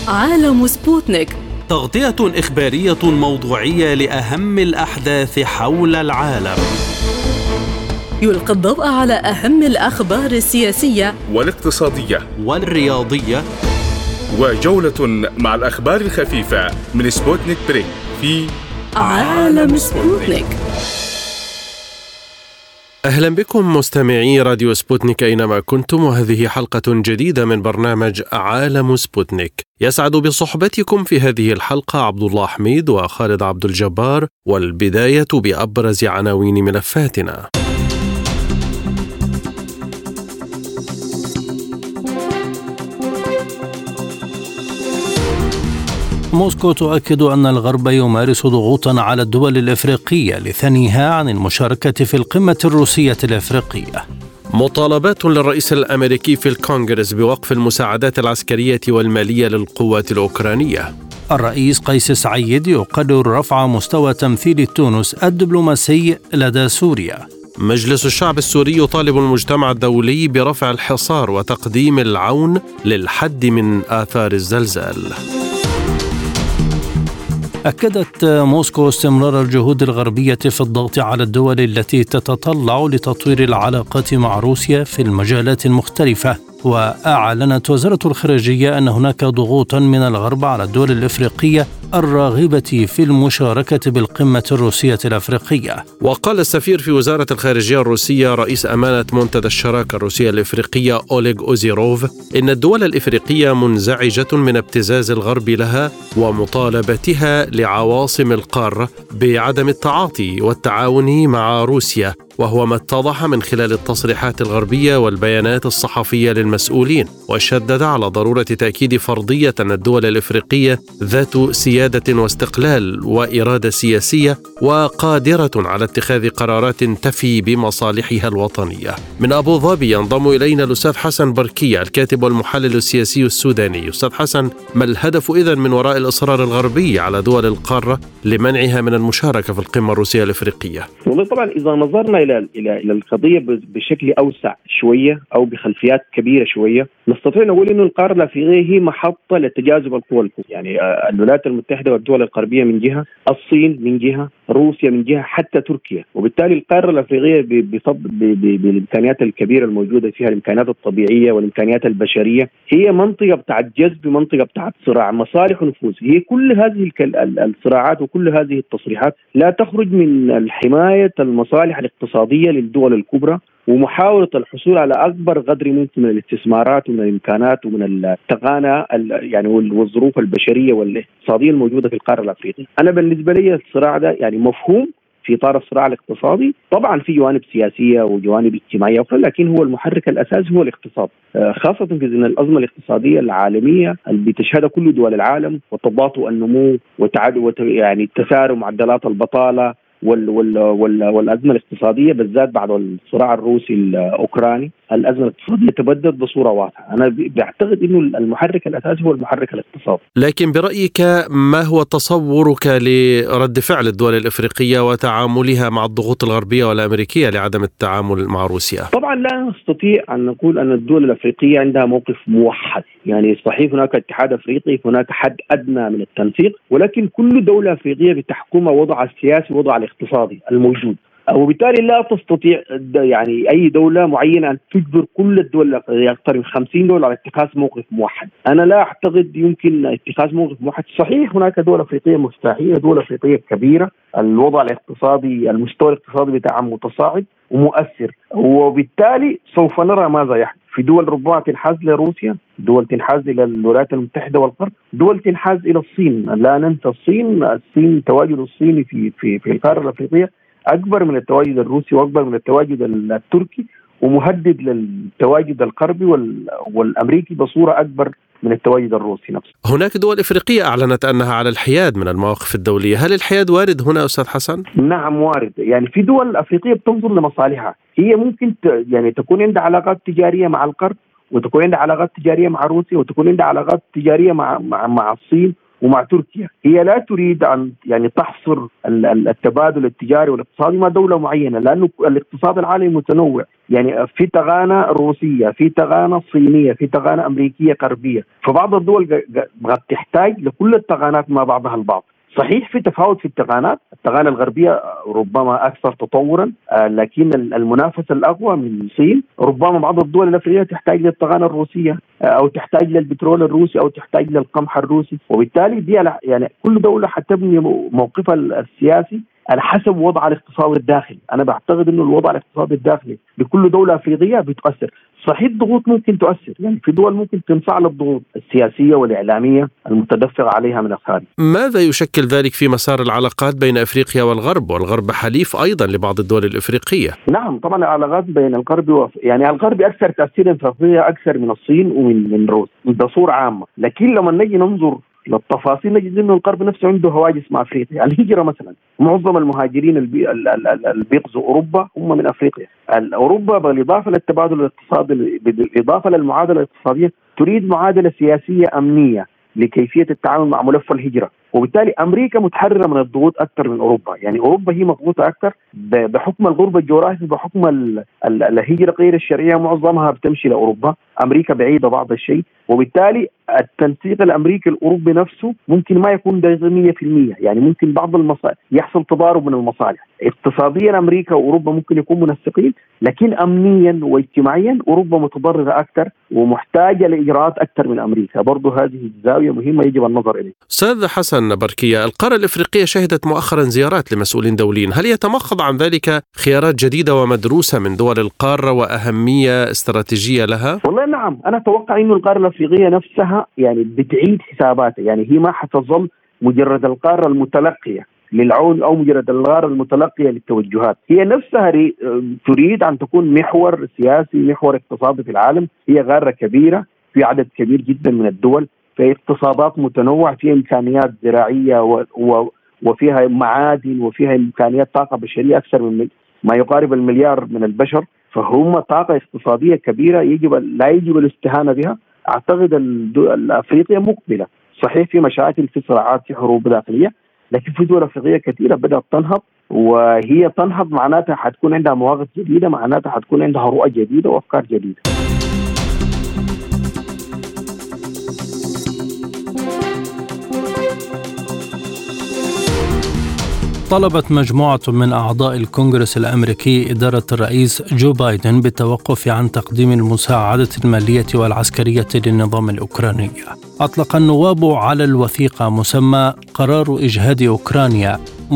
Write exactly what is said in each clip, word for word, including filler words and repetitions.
عالم سبوتنيك، تغطية إخبارية موضوعية لأهم الأحداث حول العالم. يلقي الضوء على أهم الأخبار السياسية والاقتصادية والرياضية، وجولة مع الأخبار الخفيفة من سبوتنيك بريك في عالم سبوتنيك. أهلا بكم مستمعي راديو سبوتنيك أينما كنتم، وهذه حلقة جديدة من برنامج عالم سبوتنيك. يسعد بصحبتكم في هذه الحلقة عبد الله حميد وخالد عبد الجبار، والبداية بأبرز عناوين ملفاتنا. موسكو تؤكد أن الغرب يمارس ضغوطا على الدول الإفريقية لثنيها عن المشاركة في القمة الروسية الإفريقية. مطالبات للرئيس الأمريكي في الكونغرس بوقف المساعدات العسكرية والمالية للقوات الأوكرانية. الرئيس قيس سعيد يقرر رفع مستوى تمثيل تونس الدبلوماسي لدى سوريا. مجلس الشعب السوري يطالب المجتمع الدولي برفع الحصار وتقديم العون للحد من آثار الزلزال. أكدت موسكو استمرار الجهود الغربية في الضغط على الدول التي تتطلع لتطوير العلاقات مع روسيا في المجالات المختلفة. وأعلنت وزارة الخارجية أن هناك ضغوطا من الغرب على الدول الإفريقية الراغبة في المشاركة بالقمة الروسية الأفريقية. وقال السفير في وزارة الخارجية الروسية رئيس أمانة منتدى الشراكة الروسية الإفريقية أوليغ أوزيروف إن الدول الإفريقية منزعجة من ابتزاز الغرب لها ومطالبتها لعواصم القارة بعدم التعاطي والتعاون مع روسيا، وهو ما اتضح من خلال التصريحات الغربية والبيانات الصحفية للمسؤولين. وشدد على ضرورة تأكيد فرضية أن الدول الإفريقية ذات سيادة واستقلال وإرادة سياسية وقادرة على اتخاذ قرارات تفي بمصالحها الوطنية. من أبو ظبي ينضم إلينا الأستاذ حسن بركية، الكاتب والمحلل السياسي السوداني. أستاذ حسن، ما الهدف إذن من وراء الإصرار الغربي على دول القارة لمنعها من المشاركة في القمة الروسية الإفريقية؟ والله طبعا إذا نظرنا إلى إلى إلى القضية بشكل أوسع شوية أو بخلفيات كبيرة شوية، نستطيع نقول إنه القارة الأفريقية هي محطة لتجاذب القوى الكبرى، يعني الولايات المتحدة والدول الغربية من جهة، الصين من جهة، روسيا من جهة، حتى تركيا. وبالتالي القارة الأفريقية بالإمكانيات الكبيرة الموجودة فيها، الإمكانيات الطبيعية والإمكانيات البشرية، هي منطقة بتاعت جذب، منطقة بتاعت صراع مصالح ونفوذ. هي كل هذه الصراعات وكل هذه التصريحات لا تخرج من الحماية المصالح الاقتصادية للدول الكبرى ومحاولة الحصول على أكبر قدر ممكن من الاستثمارات ومن الإمكانات ومن التقانة يعني والظروف البشرية والاقتصادية الموجودة في القارة الأفريقية. أنا بالنسبة لي الصراع ده يعني مفهوم في إطار الصراع الاقتصادي، طبعا في جوانب سياسية وجوانب اجتماعية أخرى، لكن هو المحرك الأساسي هو الاقتصاد، خاصة في ظل الأزمة الاقتصادية العالمية اللي بتشهدها كل دول العالم، وتباطؤ النمو وتعد يعني تسارع معدلات البطالة وال وال وال والأزمة الاقتصادية بالذات بعد الصراع الروسي الأوكراني. الأزمة الاقتصادية تبدد بصورة واضحة. أنا بعتقد إنه المحرك الأساسي هو المحرك الاقتصادي. لكن برأيك ما هو تصورك لرد فعل الدول الإفريقية وتعاملها مع الضغوط الغربية والأمريكية لعدم التعامل مع روسيا؟ طبعا لا نستطيع أن نقول أن الدول الأفريقية عندها موقف موحد، يعني صحيح هناك اتحاد أفريقي، هناك حد أدنى من التنسيق، ولكن كل دولة أفريقية بتحكمها وضعها السياسي ووضعها الاقتصادي الموجود، وبالتالي لا تستطيع يعني أي دولة معينة أن تجبر كل الدول، أكثر من خمسين دولة، على اتخاذ موقف موحد. أنا لا أعتقد يمكن اتخاذ موقف موحد. صحيح هناك دول أفريقية مفتاحية، دول أفريقية كبيرة، الوضع الاقتصادي، المستوى الاقتصادي بتاعها متصاعد ومؤثر، وبالتالي سوف نرى ماذا يحدث في دول ربما تنحاز لروسيا، دول تنحاز إلى الولايات المتحدة والغرب، دول تنحاز إلى الصين. لا ننسى الصين، الصين تواجد الصيني في في في القارة الأفريقية أكبر من التواجد الروسي وأكبر من التواجد التركي، ومهدد للتواجد الغربي والأمريكي بصورة أكبر من التواجد الروسي نفسه. هناك دول إفريقية أعلنت أنها على الحياد من المواقف الدولية، هل الحياد وارد هنا أستاذ حسن؟ نعم وارد، يعني في دول أفريقية بتنظر لمصالحها، هي ممكن يعني تكون عندها علاقات تجارية مع الغرب، وتكون عندها علاقات تجارية مع روسيا، وتكون عندها علاقات تجارية مع مع, مع الصين ومع تركيا. هي لا تريد أن يعني تحصر التبادل التجاري والاقتصادي مع دولة معينة، لأنه الاقتصاد العالمي متنوع، يعني في تغانة روسية، في تغانة صينية، في تغانة أمريكية غربية، فبعض الدول قد تحتاج لكل التغانات مع بعضها البعض. صحيح في تفاوت في التغانات، التغانة الغربية ربما أكثر تطورا، لكن المنافسة الأقوى من الصين. ربما بعض الدول الأفريقية تحتاج للتغانة الروسية أو تحتاج للبترول الروسي أو تحتاج للقمح الروسي، وبالتالي دي يعني كل دولة حتبني موقفها السياسي على حسب وضع الاقتصاد الداخلي. أنا بعتقد إنه الوضع الاقتصادي الداخلي بكل دولة أفريقية بيتأثر. صحيح الضغوط ممكن تؤثر، يعني في دول ممكن تنفعل الضغوط السياسية والإعلامية المتدفقة عليها من الخارج. ماذا يشكل ذلك في مسار العلاقات بين أفريقيا والغرب؟ والغرب حليف أيضا لبعض الدول الإفريقية. نعم طبعا العلاقات بين الغرب وف... يعني الغرب أكثر تأثيرا في أفريقيا أكثر من الصين ومن من روسيا بصورة عامة، لكن لما نجي ننظر للتفاصيل نجد انه الغرب نفسه عنده هواجس مع افريقيا. الهجره مثلا، معظم المهاجرين اللي بيغزوا اوروبا هم من افريقيا. اوروبا بالاضافه للتبادل الاقتصادي، بالاضافه للمعادله الاقتصاديه، تريد معادله سياسيه امنيه لكيفيه التعامل مع ملف الهجره، وبالتالي امريكا متحرره من الضغوط اكثر من اوروبا. يعني اوروبا هي مضغوطه اكثر بحكم الغرب الجغرافي، بحكم الهجره غير الشرعيه معظمها بتمشي لاوروبا، امريكا بعيده بعض الشيء، وبالتالي التنسيق الامريكي الاوروبي نفسه ممكن ما يكون دقيق مية بالمية، يعني ممكن بعض المصالح يحصل تضارب من المصالح. اقتصاديا امريكا واوروبا ممكن يكونوا منسقين، لكن امنيا واجتماعيا اوروبا متضرره اكثر ومحتاجه لاجراءات اكثر من امريكا. برضه هذه الزاويه مهمه يجب النظر اليها. استاذ حسن بركية، القارة الافريقيه شهدت مؤخرا زيارات لمسؤولين دوليين، هل يتمخض عن ذلك خيارات جديده ومدروسه من دول القاره واهميه استراتيجيه لها؟ والله نعم، انا اتوقع انه القاره الافريقيه نفسها يعني بتعيد حساباتها، يعني هي ما حتظل مجرد القاره المتلقيه للعون أو مجرد الغارة المتلقية للتوجهات. هي نفسها تريد أن تكون محور سياسي، محور اقتصادي في العالم. هي غارة كبيرة في عدد كبير جدا من الدول، في اقتصادات متنوعة، فيها إمكانيات زراعية و... و... وفيها معادن، وفيها إمكانيات طاقة بشرية أكثر من ما يقارب المليار من البشر. فهم طاقة اقتصادية كبيرة يجب لا يجب الاستهانة بها. أعتقد الأفريقيا مقبلة، صحيح في مشاكل، في صراعات، في حروب داخلية، لكن في دول أفريقية كثيرة بدأت تنهض، وهي تنهض معناتها حتكون عندها مواقف جديدة، معناتها حتكون عندها رؤى جديدة وأفكار جديدة. طلبت مجموعة من أعضاء الكونغرس الأمريكي إدارة الرئيس جو بايدن بالتوقف عن تقديم المساعدة المالية والعسكرية للنظام الأوكراني. أطلق النواب على الوثيقة مسمى قرار إجهاد أوكرانيا،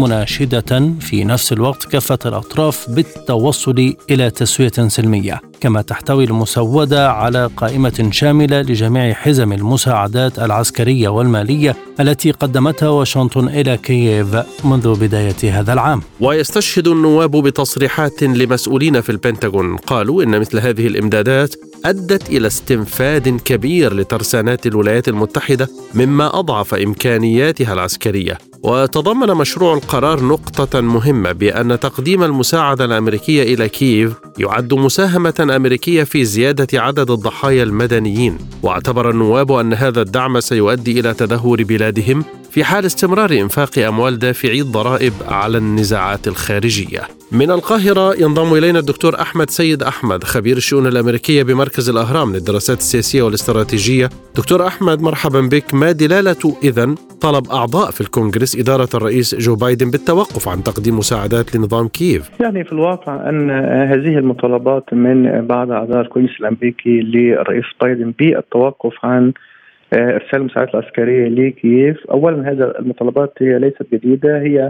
مناشدة في نفس الوقت كافة الأطراف بالتوصل إلى تسوية سلمية، كما تحتوي المسودة على قائمة شاملة لجميع حزم المساعدات العسكرية والمالية التي قدمتها واشنطن إلى كييف منذ بداية هذا العام. ويستشهد النواب بتصريحات لمسؤولين في البنتاغون قالوا إن مثل هذه الإمدادات أدت إلى استنفاد كبير لترسانات الولايات المتحدة مما أضعف إمكانياتها العسكرية. وتضمن مشروع القرار نقطة مهمة بأن تقديم المساعدة الأمريكية إلى كييف يعد مساهمة أمريكية في زيادة عدد الضحايا المدنيين، واعتبر النواب أن هذا الدعم سيؤدي إلى تدهور بلادهم في حال استمرار إنفاق أموال دافعي الضرائب على النزاعات الخارجية. من القاهرة ينضم إلينا الدكتور أحمد سيد أحمد، خبير الشؤون الأمريكية بمركز الأهرام للدراسات السياسية والاستراتيجية. دكتور أحمد مرحبا بك. ما دلالة إذن طلب أعضاء في الكونغرس إدارة الرئيس جو بايدن بالتوقف عن تقديم مساعدات لنظام كييف؟ يعني في الواقع أن هذه المطالبات من بعض أعضاء الكونغرس الأمريكي للرئيس بايدن بالتوقف عن إرسال المساعدات العسكرية لكييف. أولا هذه المطالبات هي ليست جديدة، هي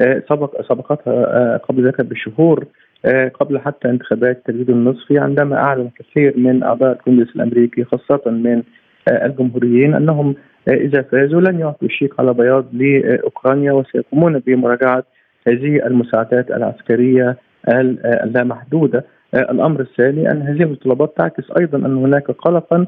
سبق سبقتها قبل ذلك بشهور، قبل حتى انتخابات التجديد النصفي، عندما أعلن كثير من أعضاء الكونغرس الأمريكي خاصة من الجمهوريين أنهم إذا فازوا لن يعطوا شيك على بياض لأوكرانيا وسيقومون بمراجعة هذه المساعدات العسكرية اللامحدودة. الأمر الثاني أن هذه المطالبات تعكس أيضا أن هناك قلقا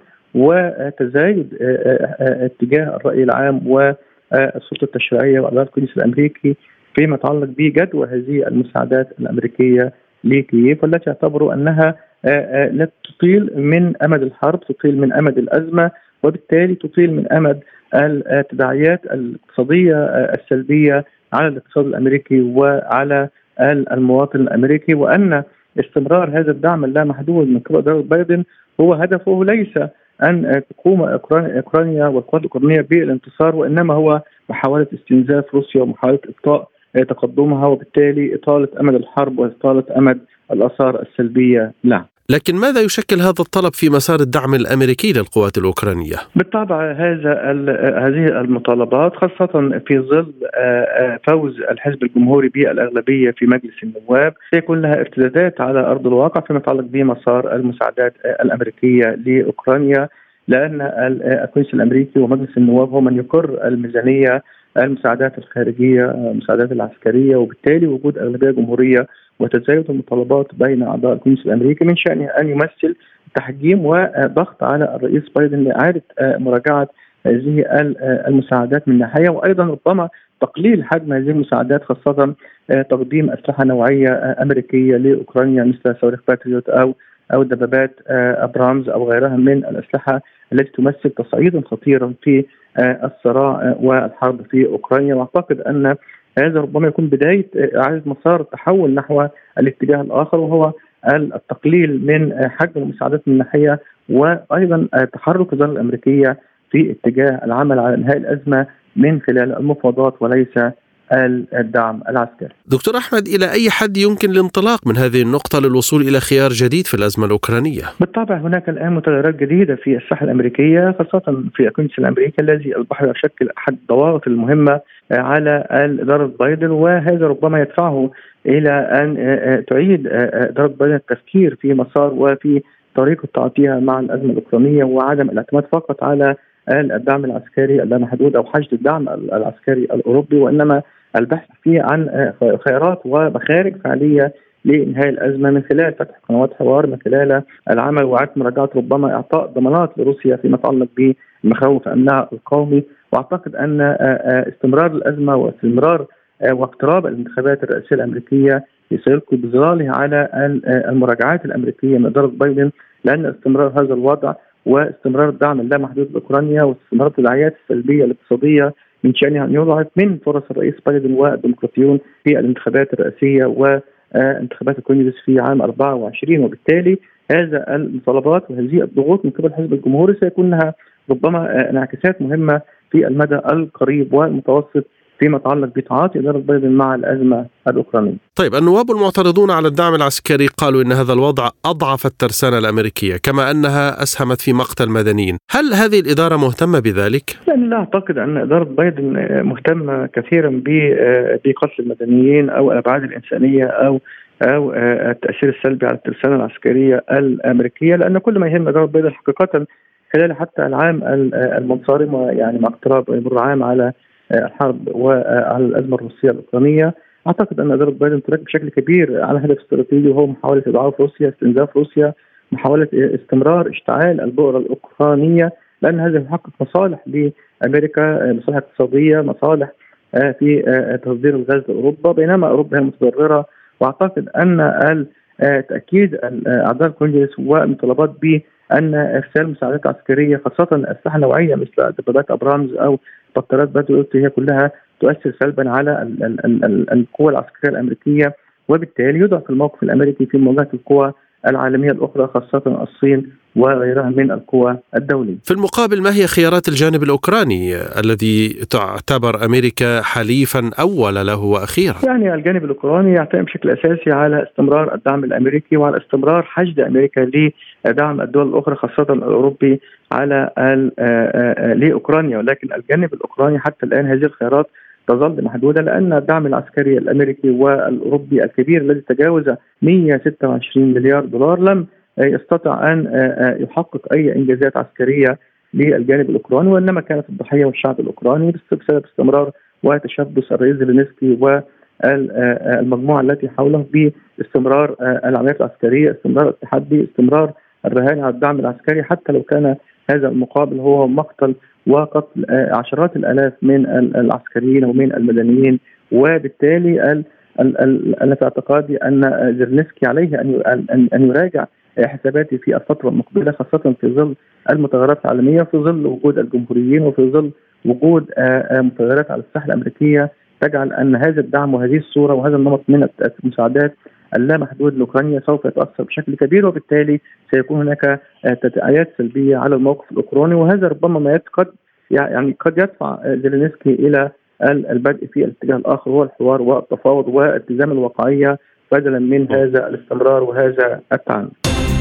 وتزايد اتجاه الرأي العام والسلطة التشريعية وأعضاء الكونغرس الأمريكي فيما يتعلق بجدوى هذه المساعدات الأمريكية لكييف، والتي يعتبروا أنها لا تطيل من أمد الحرب، تطيل من أمد الأزمة، وبالتالي تطيل من أمد التداعيات الاقتصادية السلبية على الاقتصاد الأمريكي وعلى المواطن الأمريكي، وأن استمرار هذا الدعم اللامحدود من قبل إدارة بايدن هو هدفه ليس أن تقوم أوكرانيا والقوات الأوكرانية بالانتصار، وإنما هو محاولة استنزاف روسيا ومحاولة إبطاء تقدمها، وبالتالي إطالة أمد الحرب وإطالة أمد الآثار السلبية لها. لكن ماذا يشكل هذا الطلب في مسار الدعم الأمريكي للقوات الأوكرانية؟ بالطبع هذا هذه المطالبات خاصة في ظل فوز الحزب الجمهوري بالأغلبية في مجلس النواب سيكون لها ارتدادات على أرض الواقع فيما يتعلق بمسار المساعدات الأمريكية لأوكرانيا، لأن الكونجرس الأمريكي ومجلس النواب هو من يقر الميزانية، المساعدات الخارجية، المساعدات العسكرية، وبالتالي وجود أغلبية جمهورية وتزايد المطالبات بين أعضاء الكونجرس الأمريكي من شأنه أن يمثل تحجيم وضغط على الرئيس بايدن لإعادة مراجعة هذه المساعدات من ناحية، وأيضا ربما تقليل حجم هذه المساعدات، خاصة تقديم أسلحة نوعية أمريكية لأوكرانيا مثل صواريخ باتريوت أو أو دبابات أبرامز أو غيرها من الأسلحة التي تمثل تصعيدا خطيرا في الصراع والحرب في أوكرانيا. وأعتقد أن هذا ربما يكون بداية إعادة مسار التحول نحو الاتجاه الآخر، وهو التقليل من حجم المساعدات من ناحية، وأيضا تحرك الوزارة الأمريكية في اتجاه العمل على إنهاء الأزمة من خلال المفاوضات وليس الدعم العسكري. دكتور أحمد، إلى أي حد يمكن الانطلاق من هذه النقطة للوصول إلى خيار جديد في الأزمة الأوكرانية؟ بالطبع هناك الآن متغيرات جديدة في الساحة الأمريكية، خاصة في الكونجرس الأمريكي الذي أصبح يشكل أحد الضوابط المهمة على إدارة بايدن، وهذا ربما يدفعه إلى أن تعيد إدارة بايدن التفكير في مسار وفي طريقة تعاطيها مع الأزمة الأوكرانية، وعدم الاعتماد فقط على الدعم العسكري اللامحدود أو حشد الدعم العسكري الأوروبي، وإنما البحث فيه عن خيارات ومخارج فعلية لإنهاء الأزمة من خلال فتح قنوات حوار، من خلال العمل وإعادة مراجعة ربما إعطاء ضمانات لروسيا فيما يتعلق بمخاوف أمنها القومي. وأعتقد أن استمرار الأزمة واستمرار واقتراب الانتخابات الرئاسية الأمريكية سيلقي بظلاله على المراجعات الأمريكية من إدارة بايدن، لأن استمرار هذا الوضع واستمرار الدعم اللامحدود لأوكرانيا واستمرار التداعيات السلبية الاقتصادية من شأنها أن يضعف من فرص الرئيس بايدن والديمقراطيون في الانتخابات الرئاسية وانتخابات الكونجرس في عام أربعة وعشرين. وبالتالي هذا المطالبات وهذه الضغوط من قبل الحزب الجمهوري سيكون لها ربما انعكاسات مهمة في المدى القريب والمتوسط فيما يتعلق بتعاطي إدارة بايدن مع الأزمة الأوكرانية. طيب، النواب المعترضون على الدعم العسكري قالوا إن هذا الوضع أضعف الترسانة الأمريكية كما أنها أسهمت في مقتل مدنيين. هل هذه الإدارة مهتمة بذلك؟ يعني لا أعتقد أن إدارة بايدن مهتمة كثيرا بقتل المدنيين أو الأبعاد الإنسانية أو أو التأثير السلبي على الترسانة العسكرية الأمريكية، لأن كل ما يهم إدارة بايدن حقيقة خلال حتى العام المنصرم، يعني مع اقتراب يمر عام على الحرب وعلى الأزمة الروسية الأوكرانية، أعتقد أن إدارة بايدن تركز بشكل كبير على هدف استراتيجي وهو محاولة إضعاف روسيا، استنزاف روسيا، محاولة استمرار اشتعال البؤرة الأوكرانية، لأن هذا يحقق مصالح لأمريكا، مصالح اقتصادية، مصالح في تصدير الغاز لأوروبا، بينما أوروبا هي المتضررة. وأعتقد أن تأكيد أعضاء الكونجرس والمطالبات بأن إرسال مساعدات عسكرية خاصة أسلحة نوعية مثل دبابات أبرامز أو بطاريات باتريوت هي كلها تؤثر سلبا على ال ال ال القوى العسكرية الأمريكية، وبالتالي يضعف الموقف الأمريكي في مواجهة القوى العالمية الأخرى خاصة الصين وغيرها من القوى الدولية. في المقابل، ما هي خيارات الجانب الأوكراني الذي تعتبر أمريكا حليفا أول له وأخيرا؟ يعني الجانب الأوكراني يعتمد بشكل أساسي على استمرار الدعم الأمريكي وعلى استمرار حشد أمريكا لدعم الدول الأخرى خاصة الأوروبي على لأوكرانيا، ولكن الجانب الأوكراني حتى الآن هذه الخيارات تظل محدودة، لأن الدعم العسكري الأمريكي والأوروبي الكبير الذي تجاوز مئة وستة وعشرين مليار دولار لم يستطع أن يحقق أي إنجازات عسكرية للجانب الأوكراني، وإنما كانت الضحية والشعب الأوكراني بسبب استمرار وتشبث الرئيس زيلينسكي والمجموعة التي حوله باستمرار العمليات العسكرية، استمرار التحدي، استمرار الرهان على الدعم العسكري، حتى لو كان هذا المقابل هو مقتل وقتل عشرات الآلاف من العسكريين ومن المدنيين. وبالتالي أنا في اعتقادي أن زيلينسكي عليه أن أن يراجع حساباته في الفترة المقبلة، خاصة في ظل المتغيرات العالمية وفي ظل وجود الجمهوريين وفي ظل وجود متغيرات على الساحة الأمريكية تجعل أن هذا الدعم وهذه الصورة وهذا النمط من المساعدات اللامحدود لأوكرانيا سوف يتأثر بشكل كبير، وبالتالي سيكون هناك تداعيات سلبية على الموقف الأوكراني. وهذا ربما ما قد يعني قد يدفع زيلينسكي إلى البدء في الاتجاه الآخر، هو الحوار والتفاوض والتزام الواقعية بدلا من هذا الاستمرار وهذا التعنت.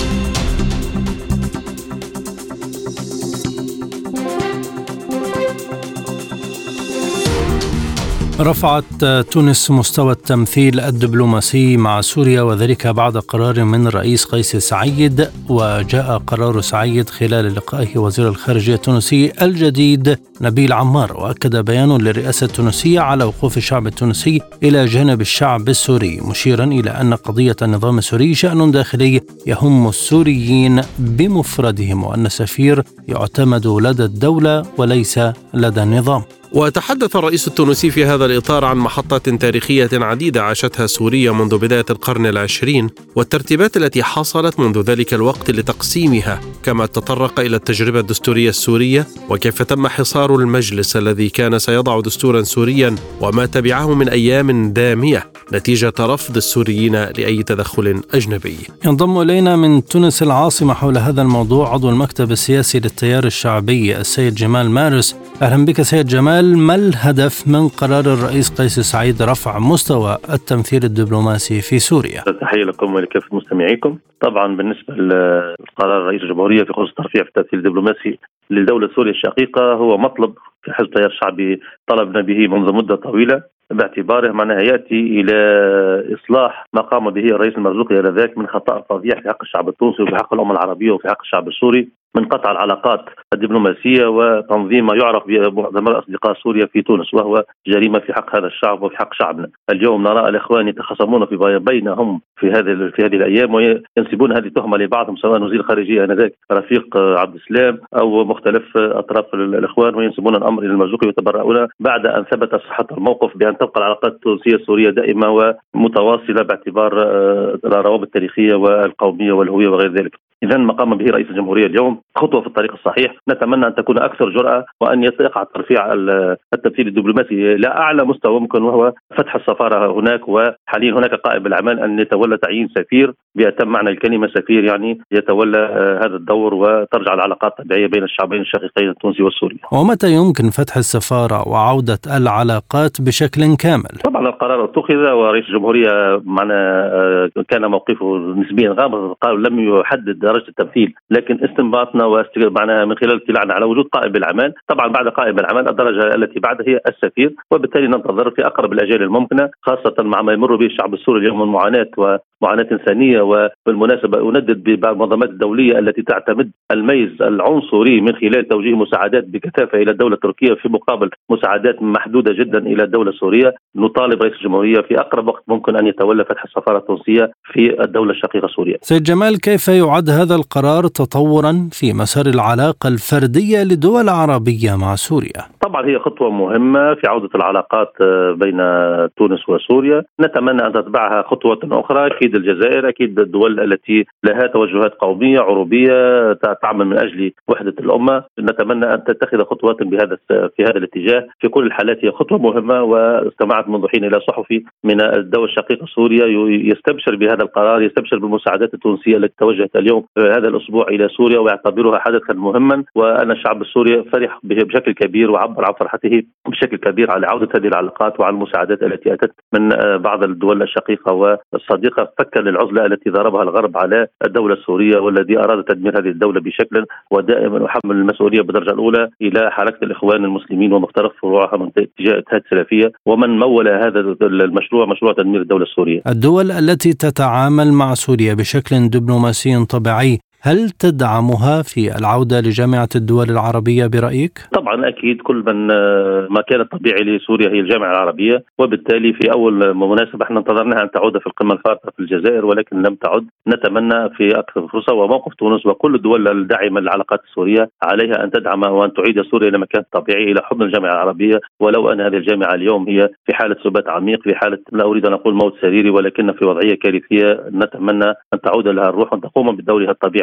رفعت تونس مستوى التمثيل الدبلوماسي مع سوريا، وذلك بعد قرار من الرئيس قيس سعيد. وجاء قرار سعيد خلال لقائه وزير الخارجية التونسي الجديد نبيل عمار، وأكد بيان للرئاسة التونسية على وقوف الشعب التونسي إلى جانب الشعب السوري، مشيرا إلى أن قضية النظام السوري شأن داخلي يهم السوريين بمفردهم، وأن السفير يعتمد لدى الدولة وليس لدى النظام. وتحدث الرئيس التونسي في هذا الإطار عن محطات تاريخية عديدة عاشتها سوريا منذ بداية القرن العشرين، والترتيبات التي حصلت منذ ذلك الوقت لتقسيمها، كما تطرق إلى التجربة الدستورية السورية وكيف تم حصار المجلس الذي كان سيضع دستورا سوريا وما تبعه من أيام دامية نتيجة رفض السوريين لأي تدخل أجنبي. ينضم إلينا من تونس العاصمة حول هذا الموضوع عضو المكتب السياسي للتيار الشعبي السيد جمال مارس. أهلا بك سيد جمال. ما الهدف من قرار الرئيس قيس سعيد رفع مستوى التمثيل الدبلوماسي في سوريا؟ تحية لكم ولكافة مستمعيكم. طبعا بالنسبة لقرار رئيس الجمهورية في خصوص ترفيع في التمثيل الدبلوماسي للدولة سوريا الشقيقة هو مطلب في حزب التيار الشعبي طلبنا به منذ مدة طويلة، باعتباره معناها يأتي إلى إصلاح ما قام به الرئيس المرزوقي آنذاك من خطأ فظيع في حق الشعب التونسي وفي حق الأمة العربية وفي حق الشعب السوري، من قطع العلاقات الدبلوماسية وتنظيم ما يعرف بمؤتمر أصدقاء سوريا في تونس، وهو جريمة في حق هذا الشعب وفي حق شعبنا. اليوم نرى الإخوان يتخاصمون في بينهم في هذه في هذه الأيام وينسبون هذه التهمة لبعضهم، سواء وزير الخارجية آنذاك رفيق عبد السلام أو مختلف أطراف الإخوان، وينسبون الأمر إلى المرزوقي ويتبرؤون بعد أن ثبت صحة الموقف بأن تبقى العلاقات التونسية السورية دائمة ومتواصلة باعتبار الروابط التاريخية والقومية والهوية وغير ذلك. إذا ما قام به رئيس الجمهورية اليوم خطوة في الطريق الصحيح، نتمنى أن تكون أكثر جرأة وأن يقع ترفيع التمثيل الدبلوماسي إلى أعلى مستوى ممكن، وهو فتح السفارة هناك. وحاليا هناك قائد بالأعمال أن يتولى تعيين سفير بأتم معنى الكلمة، سفير يعني يتولى هذا الدور وترجع العلاقات الطبيعية بين الشعبين الشقيقين التونسي والسوري. ومتى يمكن فتح السفارة وعودة العلاقات بشكل كامل؟ طبعا القرار اتخذ ورئيس الجمهورية معنا كان موقفه نسبيا غامض، قال لم يحدد درجة التمثيل، لكن استنباطنا واستمعنا من خلال اطلاعنا على وجود قائد بالأعمال. طبعا بعد قائد بالأعمال الدرجة التي بعدها هي السفير، وبالتالي ننتظر في أقرب الأجال الممكنة، خاصة مع ما يمر به الشعب السوري اليوم من معاناة ومعاناة إنسانية. وبالمناسبة أندد ببعض المنظمات الدولية التي تعتمد الميز العنصري من خلال توجيه مساعدات بكثافة إلى الدولة التركية في مقابل مساعدات محدودة جدا إلى الدولة السورية. نطالب رئيس الجمهورية في أقرب وقت ممكن أن يتولى فتح السفارة التونسية في الدولة الشقيقة سوريا. سيد جمال، كيف يعد هذا القرار تطورا في مسار العلاقة الفردية لدول العربية مع سوريا؟ طبعا هي خطوة مهمة في عودة العلاقات بين تونس وسوريا، نتمنى أن تتبعها خطوة أخرى. أكيد الجزائر، أكيد الدول التي لها توجهات قومية عروبية تعمل من أجل وحدة الأمة، نتمنى أن تتخذ خطوات بهذا في هذا الاتجاه. في كل الحالات هي خطوة مهمة، واستمعت منذ حين إلى صحفي من الدولة الشقيقة سوريا يستبشر بهذا القرار، يستبشر بالمساعدات التونسية التي توجهت اليوم هذا الأسبوع إلى سوريا ويعتبرها حدثا مهما. وأن الشعب السوري فرح به بشكل كبير وعبر عن فرحته بشكل كبير على عودة هذه العلاقات وعلى المساعدات التي أتت من بعض الدول الشقيقة والصديقة، فكا للعزلة التي ضربها الغرب على الدولة السورية والذي أراد تدمير هذه الدولة بشكل، ودائما أحمل المسؤولية بالدرجة الأولى إلى حركة الإخوان المسلمين ومختلف فروعها من اتجاه الاتحاد السلفية ومن مول هذا المشروع، مشروع تدمير الدولة السورية. الدول التي تتعامل مع سوريا بشكل دبلوماسي طبيعي، هل تدعمها في العودة لجامعة الدول العربية برأيك؟ طبعا أكيد، كل من ما كان طبيعي لسوريا هي الجامعة العربية، وبالتالي في أول مناسبة احنا انتظرناها أن تعود في القمة الفارقة في الجزائر ولكن لم تعد. نتمنى في أكثر فرصة، وموقف تونس وكل الدول الداعمة للعلاقات السورية عليها أن تدعم وأن تعيد سوريا إلى مكان طبيعي إلى حضن الجامعة العربية، ولو أن هذه الجامعة اليوم هي في حالة سبات عميق، في حالة لا أريد أن أقول موت سريري ولكن في وضعية كارثية. نتمنى أن تعود لها الروح وأن تقوم بدورها الطبيعي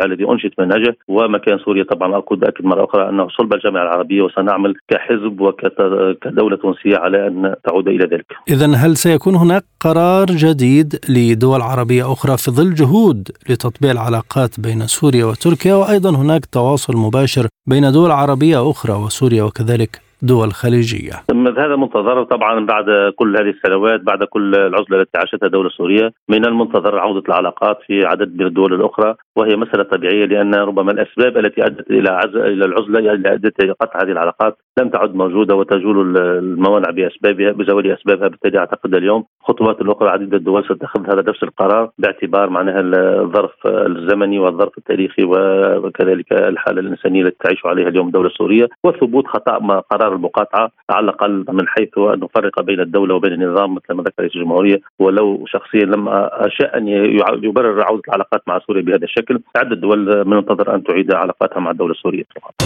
الذي أنشئ من أجله ومكان سوريا. طبعا أكد أكد مرة أخرى أنه صلب الجامعة العربية، وسنعمل كحزب وكدولة تونسية على أن تعود إلى ذلك. إذن هل سيكون هناك قرار جديد لدول عربية أخرى في ظل جهود لتطبيع العلاقات بين سوريا وتركيا، وأيضا هناك تواصل مباشر بين دول عربية أخرى وسوريا وكذلك دول خليجية؟ هذا منتظر طبعا بعد كل هذه السنوات، بعد كل العزلة التي عاشتها الدولة السورية، من المنتظر عودة العلاقات في عدد من الدول الأخرى، وهي مسألة طبيعية، لأن ربما الأسباب التي أدت إلى عز... إلى العزلة التي أدت إلى قطع هذه العلاقات لم تعد موجودة، وتجول الموانع بأسبابها بزوال أسبابها. بالتالي أعتقد اليوم خطوات الأخرى عديدة الدول ستتخذ هذا نفس القرار باعتبار معناها الظرف الزمني والظرف التاريخي وكذلك الحالة الإنسانية التي تعيش عليها اليوم الدولة السورية، وثبوت خطأ قرار المقاطعة على الأقل من حيث أن نفرق بين الدولة وبين النظام مثل ما ذكر رئيس الجمهورية. ولو شخصيا لم أشاء أن يبرر عودة العلاقات مع سوريا بهذا الشكل، عدة دول من المنتظر أن تعيد علاقاتها مع الدولة السورية.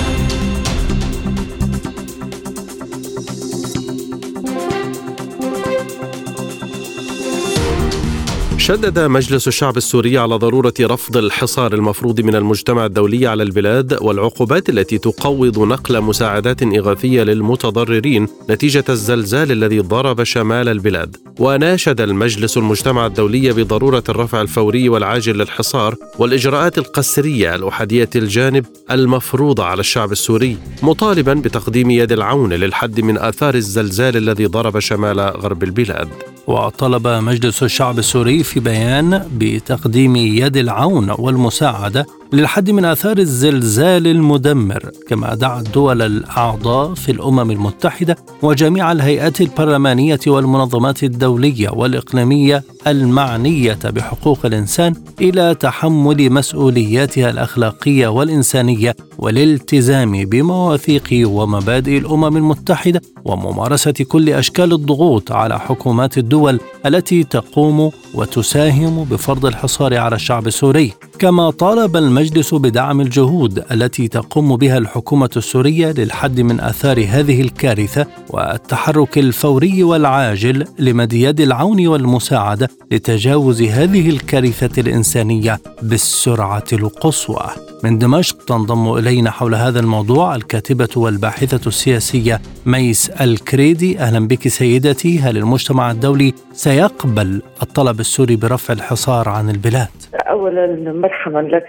شدد مجلس الشعب السوري على ضرورة رفض الحصار المفروض من المجتمع الدولي على البلاد والعقوبات التي تقوض نقل مساعدات إغاثية للمتضررين نتيجة الزلزال الذي ضرب شمال البلاد. وناشد المجلس المجتمع الدولي بضرورة الرفع الفوري والعاجل للحصار والإجراءات القسرية الأحادية الجانب المفروضة على الشعب السوري، مطالبا بتقديم يد العون للحد من آثار الزلزال الذي ضرب شمال غرب البلاد. وطلب مجلس الشعب السوري في بيان بتقديم يد العون والمساعدة للحد من آثار الزلزال المدمر، كما دعا الدول الأعضاء في الأمم المتحدة وجميع الهيئات البرلمانية والمنظمات الدولية والإقليمية المعنية بحقوق الإنسان إلى تحمل مسؤولياتها الأخلاقية والإنسانية والالتزام بمواثيق ومبادئ الأمم المتحدة وممارسة كل أشكال الضغوط على حكومات الدول التي تقوم وتساهم بفرض الحصار على الشعب السوري. كما طالب المجلس بدعم الجهود التي تقوم بها الحكومة السورية للحد من آثار هذه الكارثة والتحرك الفوري والعاجل لمد يد العون والمساعدة لتجاوز هذه الكارثة الإنسانية بالسرعة القصوى. من دمشق تنضم إلينا حول هذا الموضوع الكاتبة والباحثة السياسية ميس الكريدي. أهلا بك سيدتي. هل المجتمع الدولي سيقبل الطلب السوري برفع الحصار عن البلاد؟ أولا مرحبا لك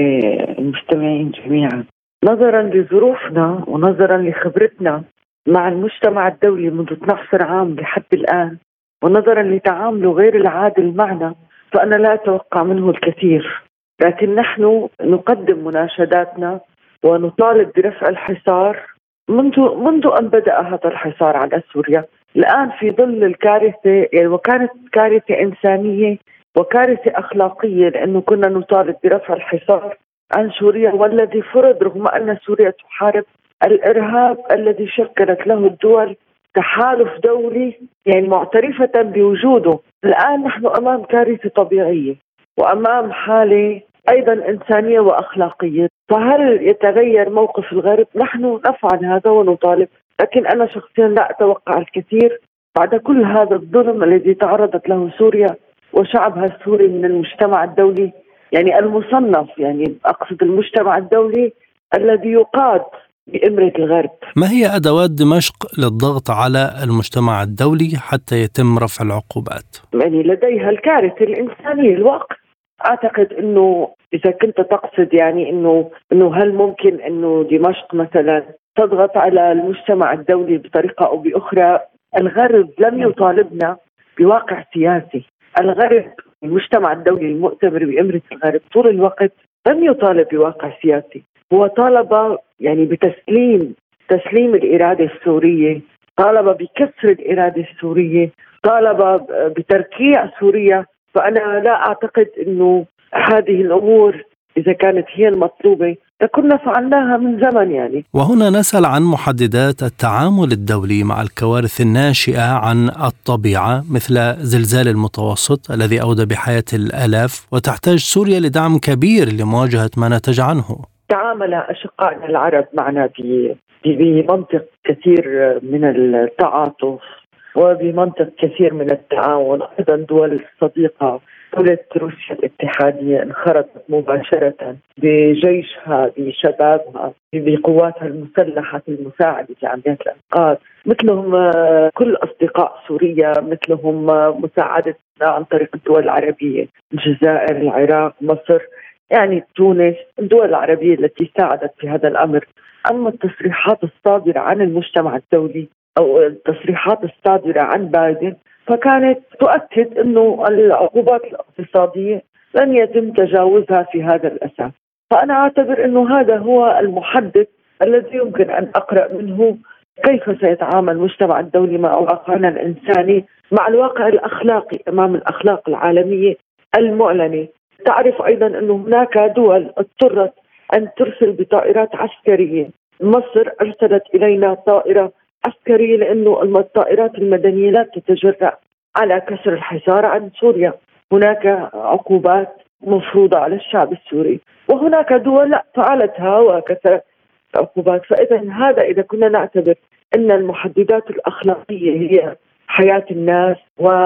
وللمستمعين جميعا. نظرا لظروفنا ونظرا لخبرتنا مع المجتمع الدولي منذ اثني عشر عام لحد الآن، ونظرا لتعامله غير العادل معنا، فأنا لا أتوقع منه الكثير، لكن نحن نقدم مناشداتنا ونطالب برفع الحصار منذ منذ أن بدأ هذا الحصار على سوريا. الآن في ظل الكارثة، يعني وكانت كارثة إنسانية وكارثة أخلاقية، لأنه كنا نطالب برفع الحصار عن سوريا، والذي فرض رغم أن سوريا تحارب الإرهاب الذي شكلت له الدول تحالف دولي يعني معترفة بوجوده. الآن نحن أمام كارثة طبيعية وأمام حالة أيضا إنسانية وأخلاقية، فهل يتغير موقف الغرب؟ نحن نفعل هذا ونطالب، لكن أنا شخصيا لا أتوقع الكثير بعد كل هذا الظلم الذي تعرضت له سوريا وشعبها السوري من المجتمع الدولي، يعني المصنف، يعني أقصد المجتمع الدولي الذي يقاد بإمرة الغرب. ما هي أدوات دمشق للضغط على المجتمع الدولي حتى يتم رفع العقوبات؟ يعني لديها الكارثة الإنسانية، الوقت. أعتقد أنه إذا كنت تقصد يعني أنه أنه هل ممكن أنه دمشق مثلا تضغط على المجتمع الدولي بطريقة أو بأخرى؟ الغرب لم يطالبنا بواقع سياسي. الغرب، المجتمع الدولي المؤتمر بإمرة الغرب طول الوقت لم يطالب بواقع سياسي، هو طالب يعني بتسليم تسليم الإرادة السورية، طالب بكسر الإرادة السورية، طالب بتركيع سوريا. فأنا لا أعتقد أنه هذه الأمور إذا كانت هي المطلوبة لكنا فعلناها من زمن يعني. وهنا نسأل عن محددات التعامل الدولي مع الكوارث الناشئة عن الطبيعة مثل زلزال المتوسط الذي أودى بحياة الآلاف، وتحتاج سوريا لدعم كبير لمواجهة ما نتج عنه. تعامل أشقائنا العرب معنا بمنطق كثير من التعاطف وبمنطق كثير من التعاون، أيضا دول صديقة دولة روسيا الاتحادية انخرطت مباشرة بجيشها بشبابها بقواتها المسلحة المساعدة في عمليات الإنقاذ، مثلهم كل أصدقاء سوريا، مثلهم مساعدتنا عن طريق الدول العربية، الجزائر، العراق، مصر، يعني تونس، الدول العربية التي ساعدت في هذا الأمر. أما التصريحات الصادرة عن المجتمع الدولي أو التصريحات الصادرة عن بايدن فكانت تؤكد أنه العقوبات الاقتصادية لن يتم تجاوزها في هذا الأساس. فأنا أعتبر أنه هذا هو المحدد الذي يمكن أن أقرأ منه كيف سيتعامل المجتمع الدولي مع واقعنا الإنساني، مع الواقع الأخلاقي أمام الأخلاق العالمية المعلنة. تعرف أيضا أن هناك دول اضطرت أن ترسل بطائرات عسكرية. مصر أرسلت إلينا طائرة عسكرية لأنه الطائرات المدنية لا تتجرأ على كسر الحصار عن سوريا. هناك عقوبات مفروضة على الشعب السوري، وهناك دول لا فعلتها وكسرت عقوبات. فإذا هذا إذا كنا نعتبر أن المحددات الأخلاقية هي حياة الناس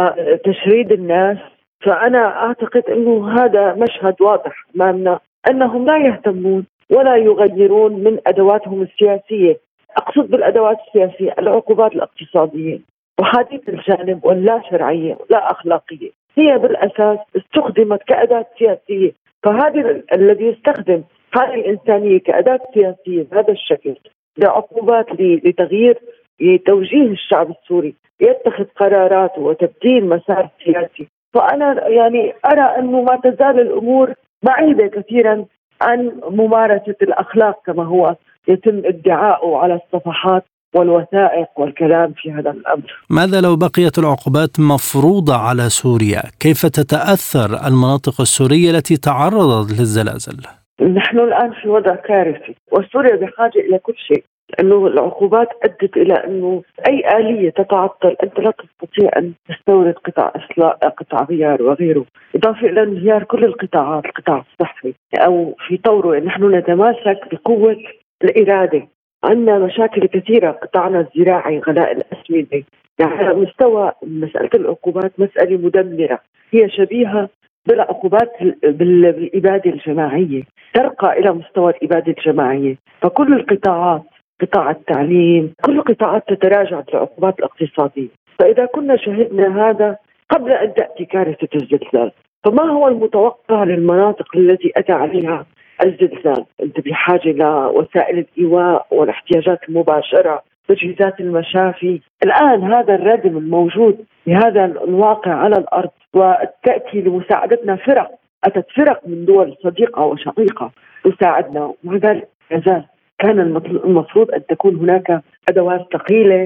وتشريد الناس، فأنا أعتقد أنه هذا مشهد واضح أمامنا أنهم لا يهتمون ولا يغيرون من أدواتهم السياسية. أقصد بالأدوات السياسية العقوبات الاقتصادية وحديث الجانب واللا شرعية ولا أخلاقية، هي بالأساس استخدمت كأداة سياسية. فهذا الذي يستخدم هذه الإنسانية كأداة سياسية بهذا الشكل بعقوبات لتغيير توجيه الشعب السوري يتخذ قرارات وتبديل مسار سياسي، فأنا يعني أرى أنه ما تزال الأمور بعيدة كثيرا عن ممارسة الأخلاق كما هو يتم ادعاؤه على الصفحات والوثائق والكلام في هذا الأمر. ماذا لو بقيت العقوبات مفروضة على سوريا؟ كيف تتأثر المناطق السورية التي تعرضت للزلازل؟ نحن الآن في وضع كارثي وسوريا بحاجة إلى كل شيء، لأنه العقوبات أدت إلى أنه أي آلية تتعطل أنت لا تستطيع أن تستورد قطع إصلاح، قطع غيار وغيره، إضافة إلى انهيار كل القطاعات، القطاع الصحي أو في طوره. نحن نتماسك بقوة الإرادة. عندنا مشاكل كثيرة، قطاعنا الزراعي، غلاء الأسمدة، يعني على مستوى مسألة العقوبات مسألة مدمرة، هي شبيهة بالعقوبات بالإبادة الجماعية، ترقى إلى مستوى الإبادة الجماعية. فكل القطاعات، قطاع التعليم، كل القطاعات تتراجع بالعقوبات الاقتصادية. فإذا كنا شهدنا هذا قبل أن تأتي كارثة الزلزال، فما هو المتوقع للمناطق التي أتى عليها الزلزال؟ أنت بحاجة لوسائل الإيواء والاحتياجات المباشرة، تجهيزات المشافي. الآن هذا الردم الموجود بهذا الواقع على الأرض، وتأتي لمساعدتنا فرق، أتت فرق من دول صديقة وشقيقة تساعدنا، وذلك يزال. كان المفروض أن تكون هناك أدوات ثقيلة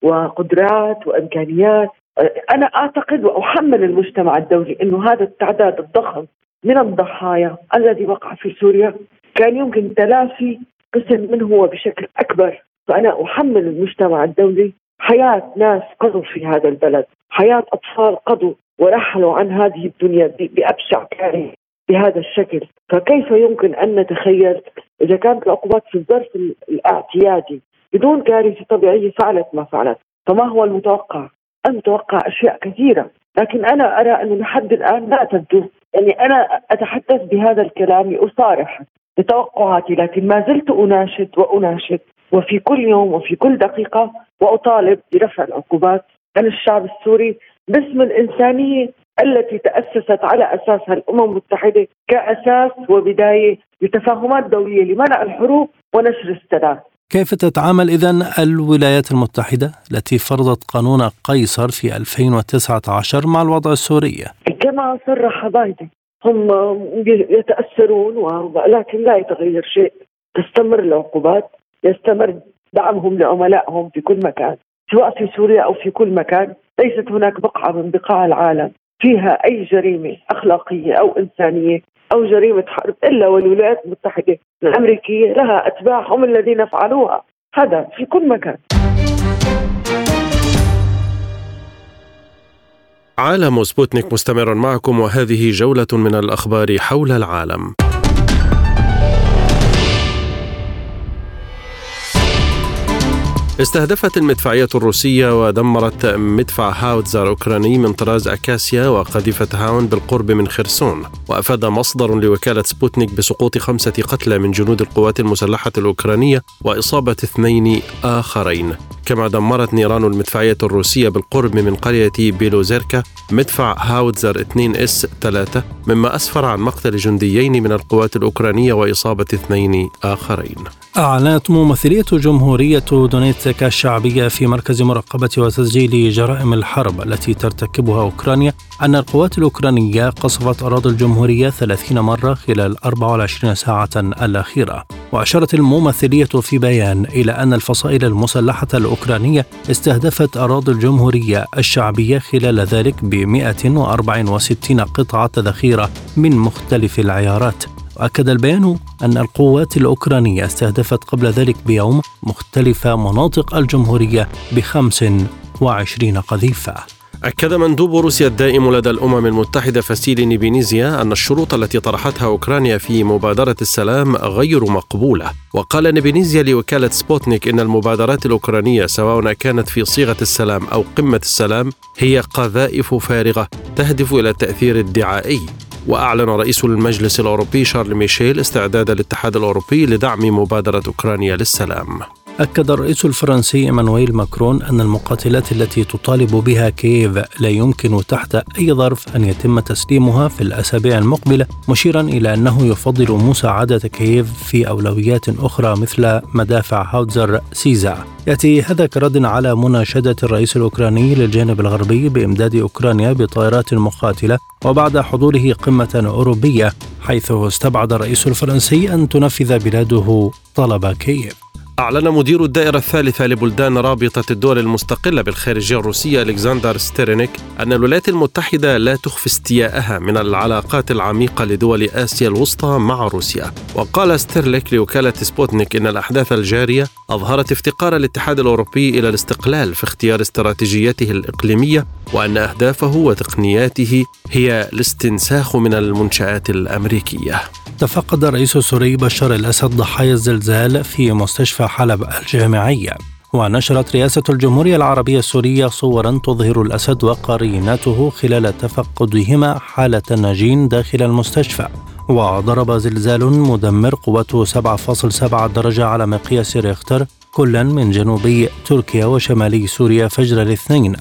وقدرات وإمكانيات. أنا أعتقد وأحمل المجتمع الدولي أنه هذا التعداد الضخم من الضحايا الذي وقع في سوريا كان يمكن تلافي قسم منه وبشكل أكبر. فأنا أحمل المجتمع الدولي حياة ناس قضوا في هذا البلد، حياة أطفال قضوا ورحلوا عن هذه الدنيا بأبشع كارثة بهذا الشكل. فكيف يمكن أن نتخيل إذا كانت العقوبات في الظرف الاعتيادي بدون كارثة طبيعية فعلت ما فعلت؟ فما هو المتوقع؟ المتوقع أشياء كثيرة، لكن أنا أرى أنه لحد الآن لا تبدو. يعني أنا أتحدث بهذا الكلام لأصارح بتوقعاتي، لكن ما زلت أناشد وأناشد وفي كل يوم وفي كل دقيقة وأطالب برفع العقوبات عن الشعب السوري باسم الإنسانية التي تأسست على أساسها الأمم المتحدة كأساس وبداية لتفاهمات دولية لمنع الحروب ونشر السلام. كيف تتعامل إذن الولايات المتحدة التي فرضت قانون قيصر في ألفين وتسعة عشر مع الوضع السوري؟ كما صرح بايدن هم يتأثرون ولكن لا يتغير شيء. تستمر العقوبات، يستمر دعمهم لعملائهم في كل مكان، سواء في سوريا أو في كل مكان. ليست هناك بقعة من بقاع العالم فيها أي جريمة أخلاقية أو إنسانية أو جريمة حرب إلا والولايات المتحدة الأمريكية لها أتباع هم الذين فعلوها. هذا في كل مكان. عالم سبوتنيك مستمر معكم، وهذه جولة من الأخبار حول العالم. استهدفت المدفعية الروسية ودمرت مدفع هاوتزر أوكراني من طراز أكاسيا وقذيفة هاون بالقرب من خرسون. وأفاد مصدر لوكالة سبوتنيك بسقوط خمسة قتلى من جنود القوات المسلحة الأوكرانية وإصابة اثنين آخرين. كما دمرت نيران المدفعية الروسية بالقرب من قرية بيلوزيركا مدفع هاوتزر اثنين إس ثلاثة، مما أسفر عن مقتل جنديين من القوات الأوكرانية وإصابة اثنين آخرين. أعلنت ممثلية جمهورية دونيتسك الشعبية في مركز مراقبة وتسجيل جرائم الحرب التي ترتكبها أوكرانيا أن القوات الأوكرانية قصفت أراضي الجمهورية ثلاثين مرة خلال أربع وعشرين ساعة الأخيرة. وأشارت الممثلية في بيان إلى أن الفصائل المسلحة الأوكرانية استهدفت أراضي الجمهورية الشعبية خلال ذلك ب مئة وأربعة وستين قطعة ذخيرة من مختلف العيارات. وأكد البيان أن القوات الأوكرانية استهدفت قبل ذلك بيوم مختلف مناطق الجمهورية بخمس وعشرين قذيفة. أكد مندوب روسيا الدائم لدى الأمم المتحدة فاسيلي نيبينيزيا أن الشروط التي طرحتها أوكرانيا في مبادرة السلام غير مقبولة. وقال نيبينيزيا لوكالة سبوتنيك إن المبادرات الأوكرانية سواء كانت في صيغة السلام أو قمة السلام هي قذائف فارغة تهدف إلى التأثير الدعائي. وأعلن رئيس المجلس الأوروبي شارل ميشيل استعداد الاتحاد الأوروبي لدعم مبادرة أوكرانيا للسلام. أكد الرئيس الفرنسي إيمانويل ماكرون أن المقاتلات التي تطالب بها كييف لا يمكن تحت أي ظرف أن يتم تسليمها في الأسابيع المقبلة، مشيرا إلى أنه يفضل مساعدة كييف في أولويات أخرى مثل مدافع هاوتزر سيزا. يأتي هذا كرد على مناشدة الرئيس الأوكراني للجانب الغربي بإمداد أوكرانيا بطائرات مقاتلة، وبعد حضوره قمة أوروبية حيث استبعد الرئيس الفرنسي أن تنفذ بلاده طلب كييف. أعلن مدير الدائرة الثالثة لبلدان رابطة الدول المستقلة بالخارجية الروسية ألكسندر ستيرينيك أن الولايات المتحدة لا تخفي استيائها من العلاقات العميقة لدول آسيا الوسطى مع روسيا. وقال ستيرليك لوكالة سبوتنيك إن الأحداث الجارية أظهرت افتقار الاتحاد الأوروبي إلى الاستقلال في اختيار استراتيجيته الإقليمية، وأن أهدافه وتقنياته هي الاستنساخ من المنشآت الأمريكية. تفقد الرئيس السوري بشار الأسد ضحايا الزلزال في مستشفى حلب الجامعية. ونشرت رئاسة الجمهورية العربية السورية صورا تظهر الأسد وقرينته خلال تفقدهما حالة ناجين داخل المستشفى. وضرب زلزال مدمر قوته سبعة فاصلة سبعة درجة على مقياس ريختر كلا من جنوبي تركيا وشمالي سوريا فجر الاثنين،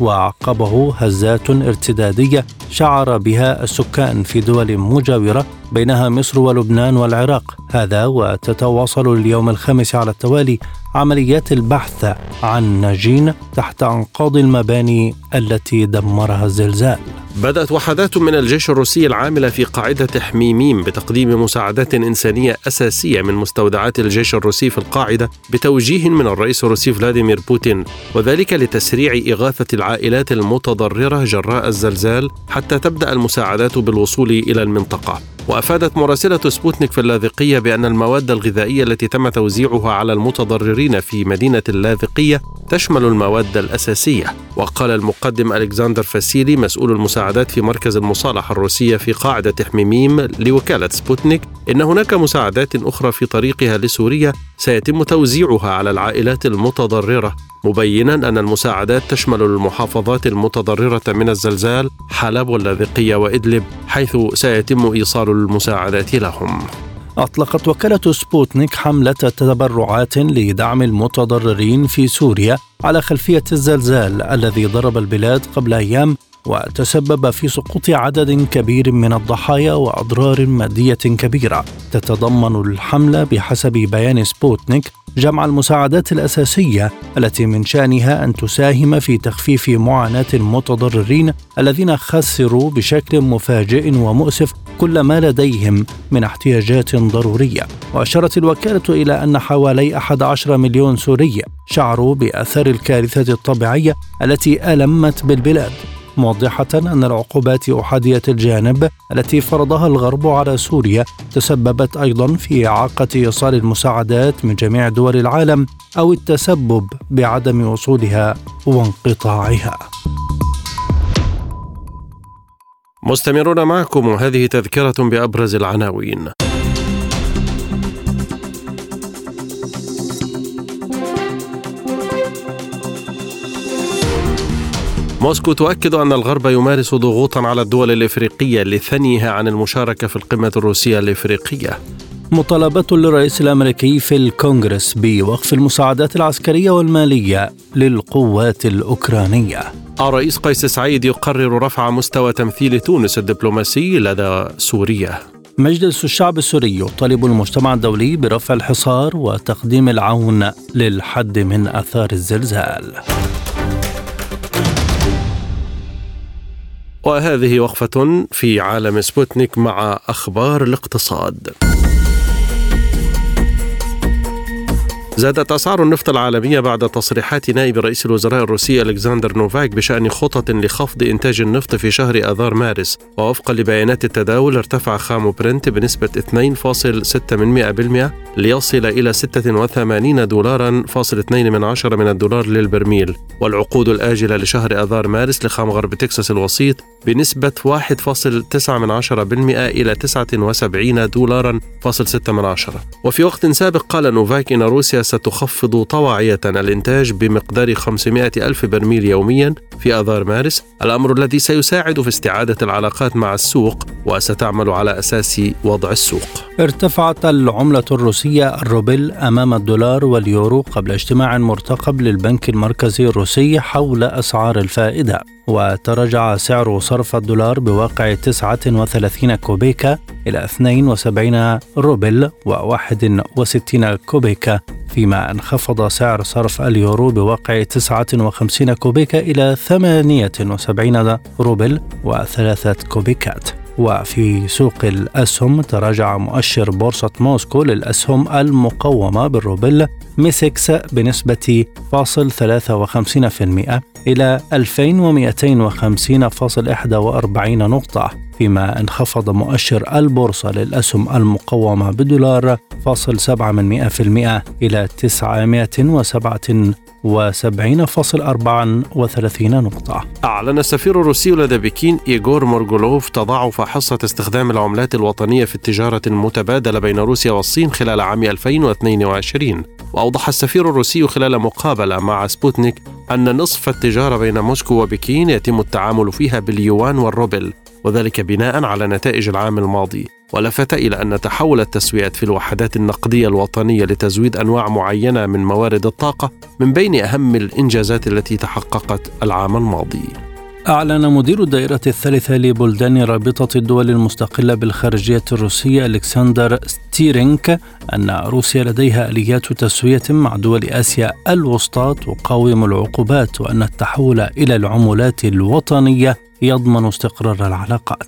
وعقبه هزات ارتدادية شعر بها السكان في دول مجاورة بينها مصر ولبنان والعراق. هذا وتتواصل اليوم الخامس على التوالي عمليات البحث عن ناجين تحت أنقاض المباني التي دمرها الزلزال. بدأت وحدات من الجيش الروسي العاملة في قاعدة حميميم بتقديم مساعدات إنسانية أساسية من مستودعات الجيش الروسي في القاعدة بتوجيه من الرئيس الروسي فلاديمير بوتين، وذلك لتسريع إغاثة العائلات المتضررة جراء الزلزال حتى تبدأ المساعدات بالوصول إلى المنطقة. وأفادت مراسلة سبوتنيك في اللاذقية بأن المواد الغذائية التي تم توزيعها على المتضررين في مدينة اللاذقية تشمل المواد الأساسية. وقال المقدم ألكسندر فاسيلي مسؤول المساعدات في مركز المصالحة الروسية في قاعدة حميميم لوكالة سبوتنيك إن هناك مساعدات أخرى في طريقها لسوريا سيتم توزيعها على العائلات المتضررة، مبينا أن المساعدات تشمل المحافظات المتضررة من الزلزال حلب واللاذقية وإدلب، حيث سيتم إيصال المساعدات لهم. أطلقت وكالة سبوتنيك حملة تبرعات لدعم المتضررين في سوريا على خلفية الزلزال الذي ضرب البلاد قبل أيام وتسبب في سقوط عدد كبير من الضحايا وأضرار مادية كبيرة. تتضمن الحملة بحسب بيان سبوتنيك جمع المساعدات الأساسية التي من شأنها أن تساهم في تخفيف معاناة المتضررين الذين خسروا بشكل مفاجئ ومؤسف كل ما لديهم من احتياجات ضرورية. وأشارت الوكالة إلى أن حوالي أحد عشر مليون سوري شعروا بأثر الكارثة الطبيعية التي ألمت بالبلاد، موضحة أن العقوبات أحادية الجانب التي فرضها الغرب على سوريا تسببت أيضا في إعاقة إيصال المساعدات من جميع دول العالم أو التسبب بعدم وصولها وانقطاعها. مستمرون معكم وهذه تذكرة بأبرز العناوين. موسكو تؤكد أن الغرب يمارس ضغوطا على الدول الإفريقية لثنيها عن المشاركة في القمة الروسية الإفريقية. مطالبة للرئيس الأمريكي في الكونغرس بوقف المساعدات العسكرية والمالية للقوات الأوكرانية. الرئيس قيس سعيد يقرر رفع مستوى تمثيل تونس الدبلوماسي لدى سوريا. مجلس الشعب السوري يطالب المجتمع الدولي برفع الحصار وتقديم العون للحد من آثار الزلزال. وهذه وقفة في عالم سبوتنيك مع أخبار الاقتصاد. زادت أسعار النفط العالمية بعد تصريحات نائب رئيس الوزراء الروسي ألكسندر نوفاك بشأن خطط لخفض إنتاج النفط في شهر آذار مارس. ووفقا لبيانات التداول ارتفع خام برنت بنسبة اثنين فاصل ستة بالمئة ليصل إلى ستة وثمانين دولارا فاصل اثنين من عشرة من الدولار للبرميل. والعقود الآجلة لشهر آذار مارس لخام غرب تكساس الوسيط بنسبة واحد فاصل تسعة من عشرة بالمئة إلى تسعة وسبعين دولارا فاصل ستة من عشرة. وفي وقت سابق قال نوفاك إن روسيا ستخفض طواعية الإنتاج بمقدار خمسمائة ألف برميل يوميا في آذار مارس، الأمر الذي سيساعد في استعادة العلاقات مع السوق وستعمل على أساس وضع السوق. ارتفعت العملة الروسية الروبل أمام الدولار واليورو قبل اجتماع مرتقب للبنك المركزي الروسي حول أسعار الفائدة، وتراجع سعر صرف الدولار بواقع تسعة وثلاثين كوبيكا إلى اثنين وسبعين روبل وواحد وستين كوبيكا، فيما انخفض سعر صرف اليورو بواقع تسعة وخمسين كوبيكا إلى ثمانية وسبعين روبل وثلاثة كوبيكات. وفي سوق الأسهم تراجع مؤشر بورصة موسكو للأسهم المقومة بالروبل ميسكس بنسبة فاصل ثلاثة وخمسين بالمئة إلى ألفين ومئتين وخمسين فاصل واحد وأربعين نقطة، فيما انخفض مؤشر البورصة للأسهم المقومة بالدولار فاصل سبعة من مئة بالمئة إلى تسعمائة وسبعة وسبعين فاصل أربعة وثلاثين نقطة. أعلن السفير الروسي لدى بكين إيغور مورغولوف تضاعف حصة استخدام العملات الوطنية في التجارة المتبادلة بين روسيا والصين خلال عام ألفين واثنين وعشرين. وأوضح السفير الروسي خلال مقابلة مع سبوتنيك أن نصف التجارة بين موسكو وبكين يتم التعامل فيها باليوان والروبل، وذلك بناء على نتائج العام الماضي. ولفت إلى أن تحول التسويات في الوحدات النقدية الوطنية لتزويد أنواع معينة من موارد الطاقة من بين أهم الإنجازات التي تحققت العام الماضي. أعلن مدير الدائرة الثالثة لبلدان رابطة الدول المستقلة بالخارجية الروسية ألكسندر ستيرينك أن روسيا لديها آليات تسوية مع دول آسيا الوسطى تقاوم العقوبات، وأن التحول إلى العملات الوطنية يضمن استقرار العلاقات.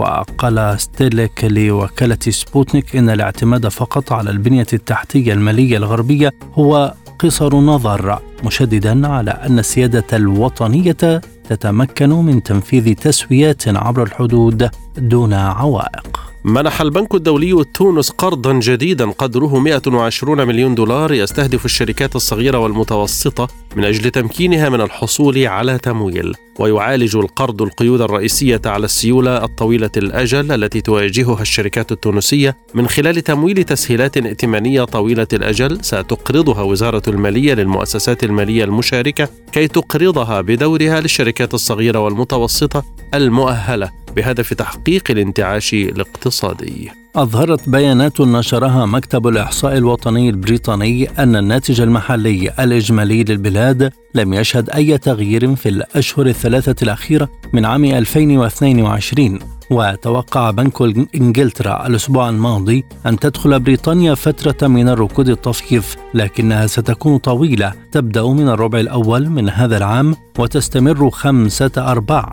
وقال ستيليك لوكالة سبوتنيك إن الاعتماد فقط على البنية التحتية المالية الغربية هو قصر نظر، مشددا على أن السيادة الوطنية تتمكن من تنفيذ تسويات عبر الحدود دون عوائق. منح البنك الدولي تونس قرضا جديدا قدره مئة وعشرين مليون دولار يستهدف الشركات الصغيرة والمتوسطة من أجل تمكينها من الحصول على تمويل. ويعالج القرض القيود الرئيسية على السيولة الطويلة الأجل التي تواجهها الشركات التونسية من خلال تمويل تسهيلات ائتمانية طويلة الأجل ستقرضها وزارة المالية للمؤسسات المالية المشاركة كي تقرضها بدورها للشركات الصغيرة والمتوسطة المؤهلة بهدف تحقيق الانتعاش الاقتصادي. أظهرت بيانات نشرها مكتب الإحصاء الوطني البريطاني أن الناتج المحلي الإجمالي للبلاد لم يشهد أي تغيير في الأشهر الثلاثة الأخيرة من عام ألفين واثنين وعشرين. وتوقع بنك إنجلترا الأسبوع الماضي أن تدخل بريطانيا فترة من الركود الطفيف، لكنها ستكون طويلة تبدأ من الربع الأول من هذا العام وتستمر خمسة أرباع.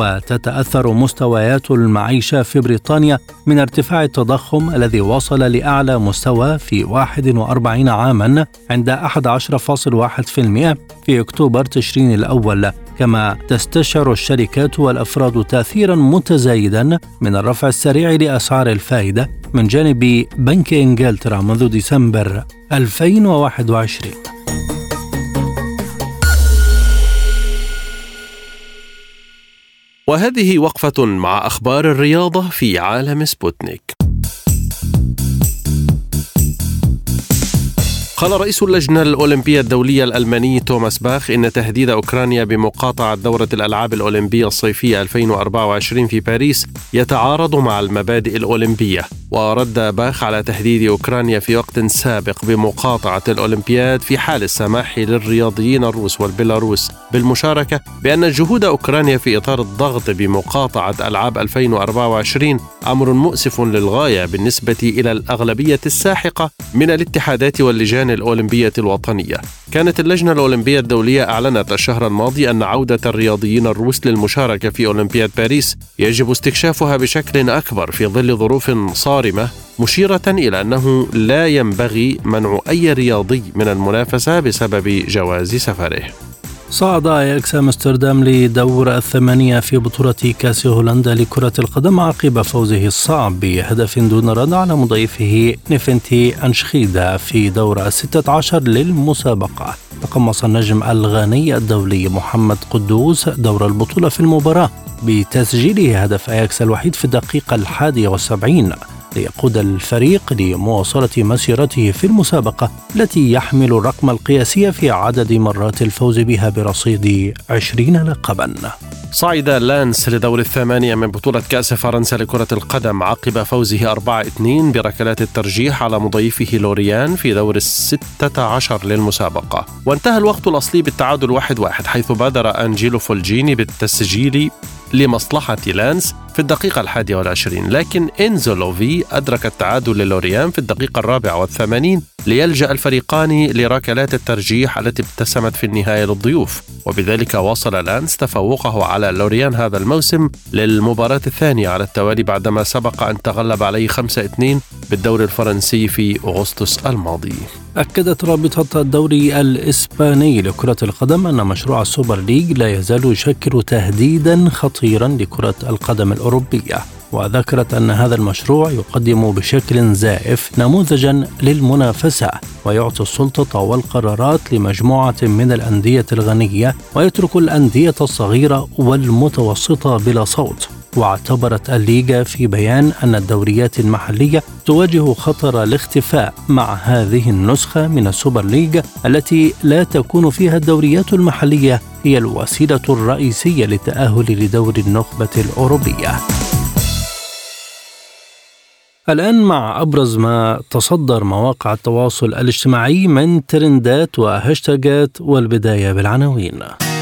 وتتأثر مستويات المعيشة في بريطانيا من ارتفاع التضخم الذي وصل لأعلى مستوى في واحد وأربعين عاما عند أحد عشر فاصل واحد بالمئة في أكتوبر تشرين الأول. كما تستشعر الشركات والأفراد تأثيرا متزايدا من الرفع السريع لأسعار الفائدة من جانب بنك إنجلترا منذ ديسمبر ألفين وواحد وعشرين. وهذه وقفة مع أخبار الرياضة في عالم سبوتنيك. قال رئيس اللجنة الأولمبية الدولية الألماني توماس باخ إن تهديد أوكرانيا بمقاطعة دورة الألعاب الأولمبية الصيفية ألفين وأربعة وعشرين في باريس يتعارض مع المبادئ الأولمبية. ورد باخ على تهديد أوكرانيا في وقت سابق بمقاطعة الأولمبياد في حال السماح للرياضيين الروس والبيلاروس بالمشاركة، بأن جهود أوكرانيا في إطار الضغط بمقاطعة ألعاب ألفين وأربعة وعشرين أمر مؤسف للغاية بالنسبة إلى الأغلبية الساحقة من الاتحادات واللجان الأولمبية الوطنية. كانت اللجنة الأولمبية الدولية أعلنت الشهر الماضي أن عودة الرياضيين الروس للمشاركة في أولمبياد باريس يجب استكشافها بشكل أكبر في ظل ظروف صارمة، مشيرة إلى أنه لا ينبغي منع أي رياضي من المنافسة بسبب جواز سفره. صعد أياكس أمستردام لدور الثمانية في بطولة كأس هولندا لكرة القدم عقب فوزه الصعب بهدف دون رد على مضيفه نيفنتي أنشخيدا في دور الستة عشر للمسابقة. تقمص النجم الغاني الدولي محمد قدوس دور البطولة في المباراة بتسجيله هدف أياكس الوحيد في الدقيقة الحادية والسبعين ليقود الفريق لمواصلة مسيرته في المسابقة التي يحمل الرقم القياسي في عدد مرات الفوز بها برصيد عشرين لقبا. صعد لانس لدور الثمانية من بطولة كأس فرنسا لكرة القدم عقب فوزه أربعة اثنين بركلات الترجيح على مضيفه لوريان في دور الستة عشر للمسابقة. وانتهى الوقت الأصلي بالتعادل واحد واحد، حيث بادر أنجيلو فولجيني بالتسجيل لمصلحة لانس في الدقيقة الحادية والعشرين، لكن إنزو لوفي أدرك التعادل للوريان في الدقيقة الرابعة والثمانين ليلجأ الفريقان لركلات الترجيح التي ابتسمت في النهاية للضيوف، وبذلك واصل لانس تفوقه على لوريان هذا الموسم للمباراة الثانية على التوالي بعدما سبق أن تغلب عليه خمسة اثنين بالدوري الفرنسي في أغسطس الماضي. أكدت رابطة الدوري الإسباني لكرة القدم أن مشروع السوبر ليج لا يزال يشكل تهديدا خطيرا لكرة القدم الأوروبية، وذكرت أن هذا المشروع يقدم بشكل زائف نموذجا للمنافسة ويعطي السلطة والقرارات لمجموعة من الأندية الغنية ويترك الأندية الصغيرة والمتوسطة بلا صوت. واعتبرت الليغا في بيان أن الدوريات المحلية تواجه خطر الاختفاء مع هذه النسخة من السوبر ليج التي لا تكون فيها الدوريات المحلية هي الوسيلة الرئيسية للتأهل لدور النخبة الأوروبية. الآن مع أبرز ما تصدر مواقع التواصل الاجتماعي من ترندات وهاشتاجات، والبداية بالعناوين.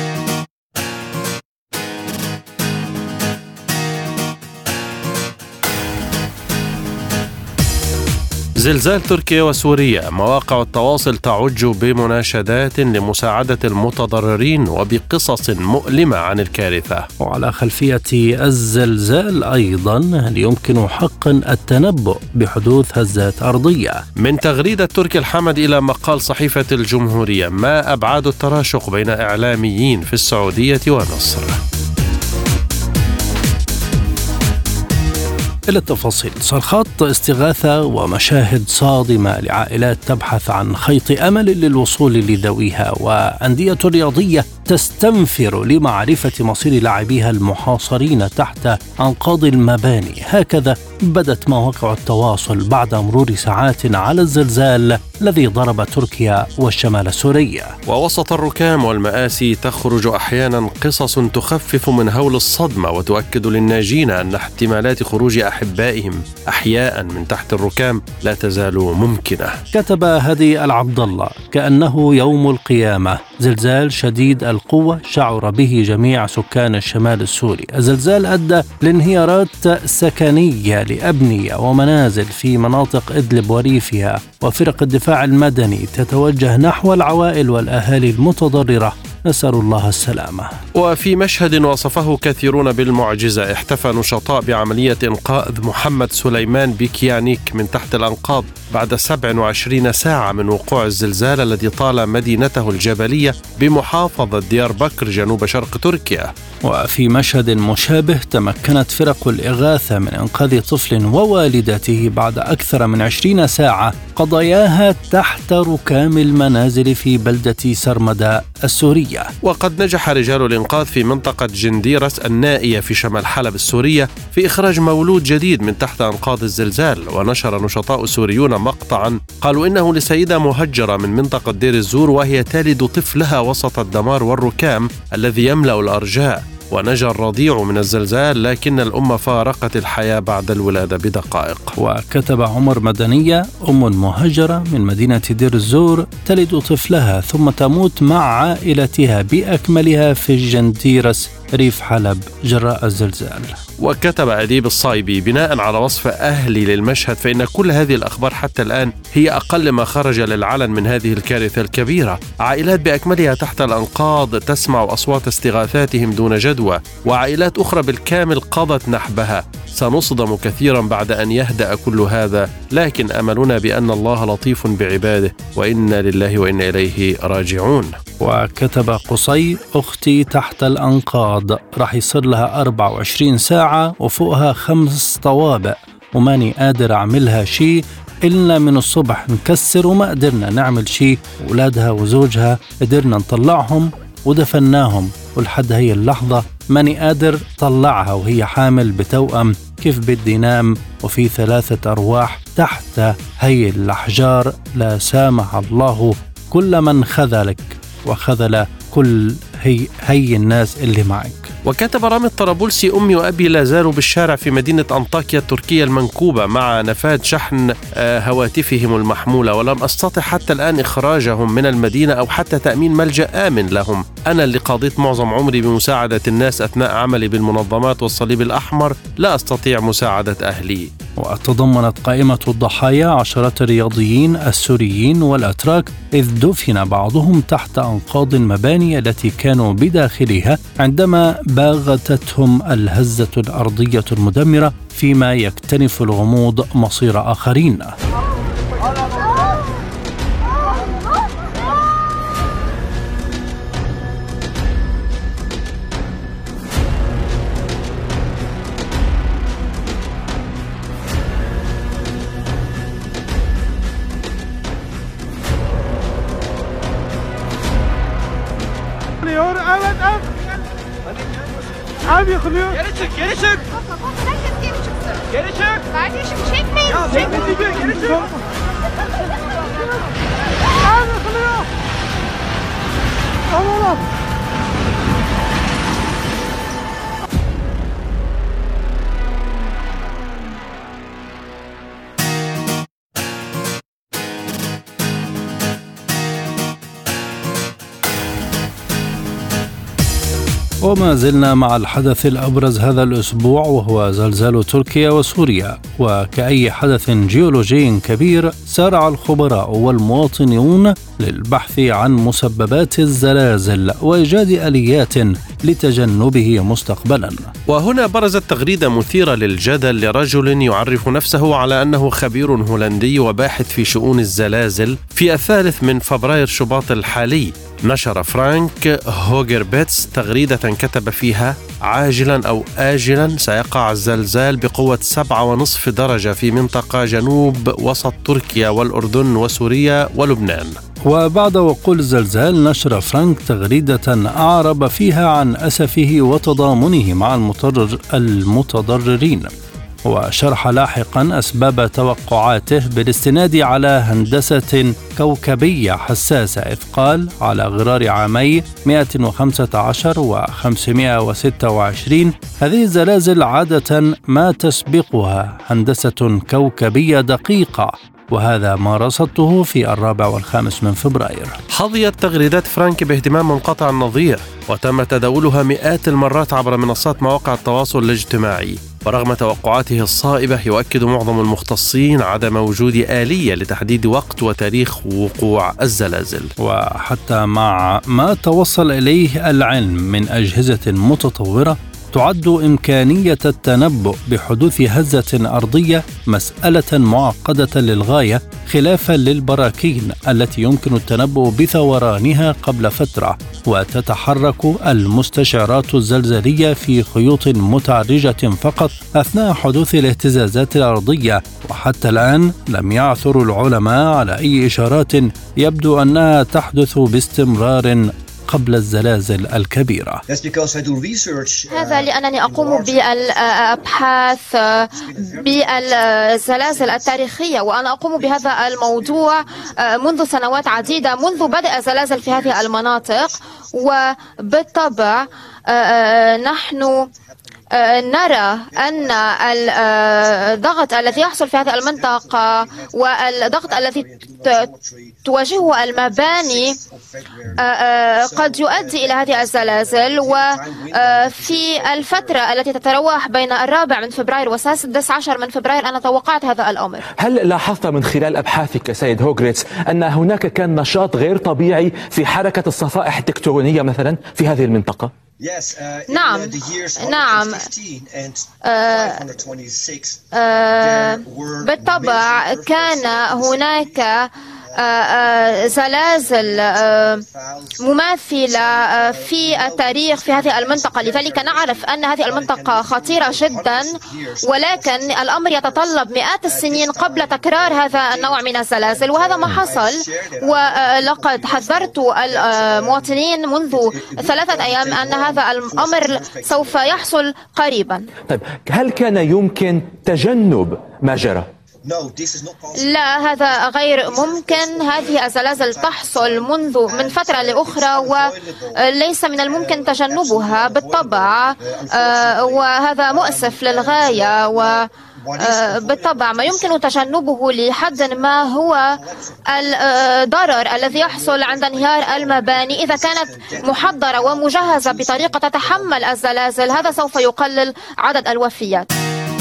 زلزال تركيا وسوريا، مواقع التواصل تعج بمناشدات لمساعدة المتضررين وبقصص مؤلمة عن الكارثة. وعلى خلفية الزلزال أيضا هل يمكن حقا التنبؤ بحدوث هزات أرضية؟ من تغريدة تركي الحمد إلى مقال صحيفة الجمهورية، ما أبعاد التراشق بين إعلاميين في السعودية ومصر؟ إلى التفاصيل. صرخات استغاثة ومشاهد صادمة لعائلات تبحث عن خيط أمل للوصول لذويها، وأندية رياضية تستنفر لمعرفة مصير لاعبيها المحاصرين تحت أنقاض المباني. هكذا بدت مواقع التواصل بعد مرور ساعات على الزلزال الذي ضرب تركيا والشمال السوري. ووسط الركام والمآسي تخرج أحيانا قصص تخفف من هول الصدمة وتؤكد للناجين أن احتمالات خروج أحبائهم أحياء من تحت الركام لا تزال ممكنة. كتب هادي العبد الله: كأنه يوم القيامة، زلزال شديد القوة شعر به جميع سكان الشمال السوري. الزلزال أدى لانهيارات سكنية لأبنية ومنازل في مناطق إدلب وريفها، وفرق الدفاع المدني تتوجه نحو العوائل والأهالي المتضررة، نسأل الله السلامة. وفي مشهد وصفه كثيرون بالمعجزة، احتفى نشطاء بعملية إنقاذ محمد سليمان بكيانيك من تحت الأنقاض بعد سبع وعشرين ساعة من وقوع الزلزال الذي طال مدينته الجبلية بمحافظة ديار بكر جنوب شرق تركيا. وفي مشهد مشابه تمكنت فرق الإغاثة من إنقاذ طفل ووالدته بعد أكثر من عشرين ساعة قضياها تحت ركام المنازل في بلدة سرمدة السورية. المدنية. وقد نجح رجال الإنقاذ في منطقة جنديرس النائية في شمال حلب السورية في إخراج مولود جديد من تحت أنقاض الزلزال. ونشر نشطاء سوريون مقطعا قالوا إنه لسيدة مهجرة من منطقة دير الزور وهي تلد طفلها وسط الدمار والركام الذي يملأ الأرجاء. ونجا الرضيع من الزلزال لكن الأم فارقت الحياة بعد الولادة بدقائق. وكتب عمر مدنية: أم مهجرة من مدينة دير الزور تلد طفلها ثم تموت مع عائلتها بأكملها في الجنديرس ريف حلب جراء الزلزال. وكتب أديب الصايبي: بناء على وصف أهلي للمشهد فإن كل هذه الأخبار حتى الآن هي أقل ما خرج للعلن من هذه الكارثة الكبيرة. عائلات بأكملها تحت الأنقاض تسمع أصوات استغاثاتهم دون جدوى، وعائلات أخرى بالكامل قضت نحبها. سنصدم كثيرا بعد أن يهدأ كل هذا، لكن أملنا بأن الله لطيف بعباده وإنا لله وإنا إليه راجعون. وكتب قصي: أختي تحت الأنقاض، راح يصير لها أربعة وعشرين ساعة وفوقها خمس طوابق وماني قادر أعملها شي إلا من الصبح نكسر وما قدرنا نعمل شي. أولادها وزوجها قدرنا نطلعهم ودفناهم، ولحد هي اللحظة ماني قادر طلعها وهي حامل بتوأم. كيف بدي نام وفي ثلاثة أرواح تحت هي الأحجار؟ لا سامح الله كل من خذلك وخذل كل هي, هي الناس اللي معك. وكتب رامي الطرابلسي: أمي وأبي لا زالوا بالشارع في مدينة أنطاكيا التركية المنكوبة مع نفاذ شحن هواتفهم المحمولة، ولم أستطع حتى الآن إخراجهم من المدينة أو حتى تأمين ملجأ آمن لهم. أنا اللي قضيت معظم عمري بمساعدة الناس أثناء عملي بالمنظمات والصليب الأحمر، لا أستطيع مساعدة أهلي. وتضمنت قائمة الضحايا عشرات الرياضيين السوريين والأتراك، إذ دفن بعضهم تحت أنقاض المباني التي كانوا بداخلها عندما باغتتهم الهزة الأرضية المدمرة، فيما يكتنف الغموض مصير آخرين. Abi yıkılıyor. Geri çık, geri çık. Herkes geri çıksın. Geri çık. Kardeşim çekmeyin. Ya çekmeyin. Geri çık. Abi yıkılıyor. Tamam. وما زلنا مع الحدث الأبرز هذا الأسبوع، وهو زلزال تركيا وسوريا. وكأي حدث جيولوجي كبير سارع الخبراء والمواطنون للبحث عن مسببات الزلازل وإيجاد آليات لتجنبه مستقبلا. وهنا برزت تغريدة مثيرة للجدل لرجل يعرف نفسه على أنه خبير هولندي وباحث في شؤون الزلازل. في الثالث من فبراير شباط الحالي نشر فرانك هوغربيتس تغريدة كتب فيها: عاجلا أو آجلا سيقع الزلزال بقوة سبعة ونصف درجة في منطقة جنوب وسط تركيا والأردن وسوريا ولبنان. وبعد وقوع الزلزال نشر فرانك تغريدة أعرب فيها عن أسفه وتضامنه مع المتضرر المتضررين، وشرح لاحقا أسباب توقعاته بالاستناد على هندسة كوكبية حساسة، إذ قال: على غرار عامي مئة وخمسة عشر و خمسمئة وستة وعشرين هذه الزلازل عادة ما تسبقها هندسة كوكبية دقيقة، وهذا ما رصدته في الرابع والخامس من فبراير. حظيت تغريدات فرانك باهتمام منقطع النظير، وتم تداولها مئات المرات عبر منصات مواقع التواصل الاجتماعي. ورغم توقعاته الصائبة يؤكد معظم المختصين عدم وجود آلية لتحديد وقت وتاريخ وقوع الزلازل. وحتى مع ما توصل إليه العلم من أجهزة متطورة، تعد إمكانية التنبؤ بحدوث هزة أرضية مسألة معقدة للغاية، خلافا للبراكين التي يمكن التنبؤ بثورانها قبل فترة، وتتحرك المستشعرات الزلزالية في خيوط متعرجة فقط أثناء حدوث الاهتزازات الأرضية. وحتى الآن لم يعثر العلماء على أي إشارات يبدو أنها تحدث باستمرار قبل الزلازل الكبيرة. هذا لأنني أقوم بالأبحاث بالزلازل التاريخية، وأنا أقوم بهذا الموضوع منذ سنوات عديدة، منذ بدء الزلازل في هذه المناطق. وبالطبع نحن نرى أن الضغط الذي يحصل في هذه المنطقة والضغط الذي تواجهه المباني قد يؤدي إلى هذه الزلازل. وفي الفترة التي تتراوح بين الرابع من فبراير والسادس عشر من فبراير أنا توقعت هذا الأمر. هل لاحظت من خلال أبحاثك سيد هوغريتس أن هناك كان نشاط غير طبيعي في حركة الصفائح التكتونية مثلا في هذه المنطقة؟ نعم نعم آه آه بالطبع كان هناك زلازل مماثلة في التاريخ في هذه المنطقة، لذلك نعرف أن هذه المنطقة خطيرة جدا، ولكن الأمر يتطلب مئات السنين قبل تكرار هذا النوع من الزلازل، وهذا ما حصل. ولقد حذرت المواطنين منذ ثلاثة أيام أن هذا الأمر سوف يحصل قريبا. طيب هل كان يمكن تجنب ما جرى؟ لا، هذا غير ممكن. هذه الزلازل تحصل منذ من فترة لأخرى وليس من الممكن تجنبها بالطبع، وهذا مؤسف للغاية. وبالطبع ما يمكن تجنبه لحد ما هو الضرر الذي يحصل عند انهيار المباني. إذا كانت محضرة ومجهزة بطريقة تتحمل الزلازل، هذا سوف يقلل عدد الوفيات.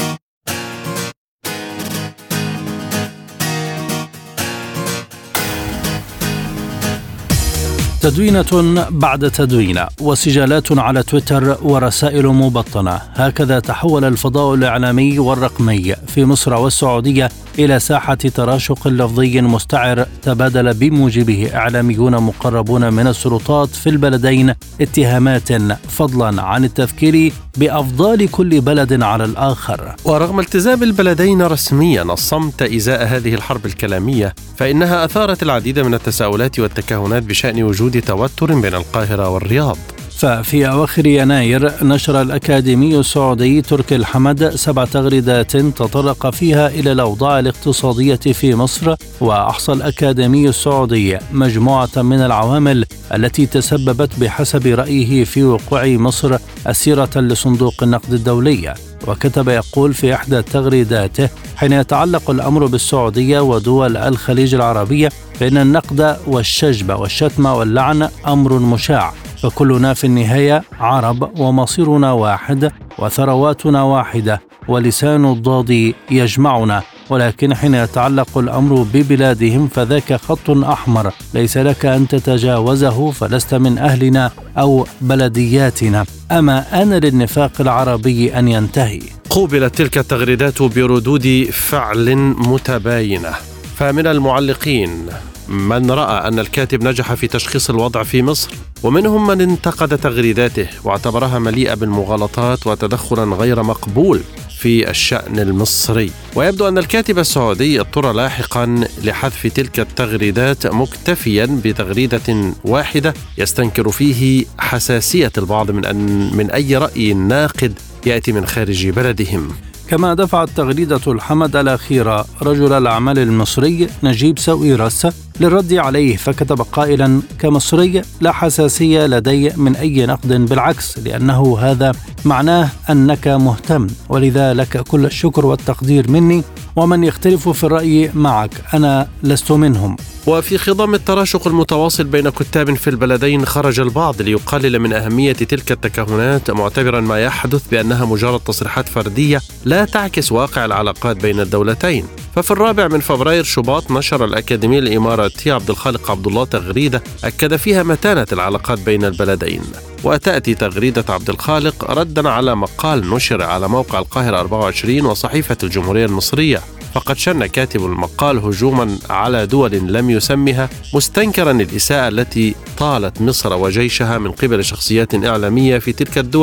تدوينة بعد تدوينة وسجالات على تويتر ورسائل مبطنة، هكذا تحول الفضاء الإعلامي والرقمي في مصر والسعودية إلى ساحة تراشق لفظي مستعر تبادل بموجبه إعلاميون مقربون من السلطات في البلدين اتهامات، فضلا عن التذكير بأفضال كل بلد على الآخر. ورغم التزام البلدين رسميا الصمت إزاء هذه الحرب الكلامية، فإنها أثارت العديد من التساؤلات والتكهنات بشأن وجود توتر بين القاهرة والرياض. ففي أواخر يناير نشر الأكاديمي السعودي تركي الحمد سبع تغريدات تطرق فيها إلى الأوضاع الاقتصادية في مصر، وأحصى الأكاديمي السعودي مجموعة من العوامل التي تسببت بحسب رأيه في وقوع مصر أسيرة لصندوق النقد الدولي. وكتب يقول في إحدى تغريداته: حين يتعلق الأمر بالسعودية ودول الخليج العربية فإن النقد والشجب والشتم واللعن أمر مشاع، فكلنا في النهاية عرب ومصيرنا واحد وثرواتنا واحدة ولسان الضاد يجمعنا، ولكن حين يتعلق الأمر ببلادهم فذاك خط أحمر ليس لك أن تتجاوزه، فلست من أهلنا أو بلدياتنا. أما آن للنفاق العربي أن ينتهي. قوبلت تلك التغريدات بردود فعل متباينة، فمن المعلقين من رأى أن الكاتب نجح في تشخيص الوضع في مصر، ومنهم من انتقد تغريداته واعتبرها مليئة بالمغالطات وتدخلا غير مقبول في الشأن المصري. ويبدو أن الكاتب السعودي اضطر لاحقا لحذف تلك التغريدات مكتفيا بتغريدة واحدة يستنكر فيه حساسية البعض من أن من أي رأي ناقد يأتي من خارج بلدهم. كما دفعت تغريدة الحمد الأخيرة رجل الأعمال المصري نجيب ساويرس للرد عليه، فكتب قائلا: كمصري لا حساسية لدي من أي نقد، بالعكس، لأنه هذا معناه أنك مهتم، ولذا لك كل الشكر والتقدير مني، ومن يختلف في الرأي معك أنا لست منهم. وفي خضم التراشق المتواصل بين كتاب في البلدين خرج البعض ليقلل من أهمية تلك التكهنات، معتبرا ما يحدث بأنها مجرد تصريحات فردية لا تعكس واقع العلاقات بين الدولتين. ففي الرابع من فبراير شباط نشر الأكاديمي الإماراتي عبد الخالق عبد الله تغريدة أكد فيها متانة العلاقات بين البلدين. وتأتي تغريدة عبد الخالق ردا على مقال نشر على موقع القاهرة أربعة وعشرين وصحيفة الجمهورية المصرية، فقد شن كاتب المقال هجوما على دول لم يسمها، مستنكرا الإساءة التي طالت مصر وجيشها من قبل شخصيات إعلامية في تلك الدول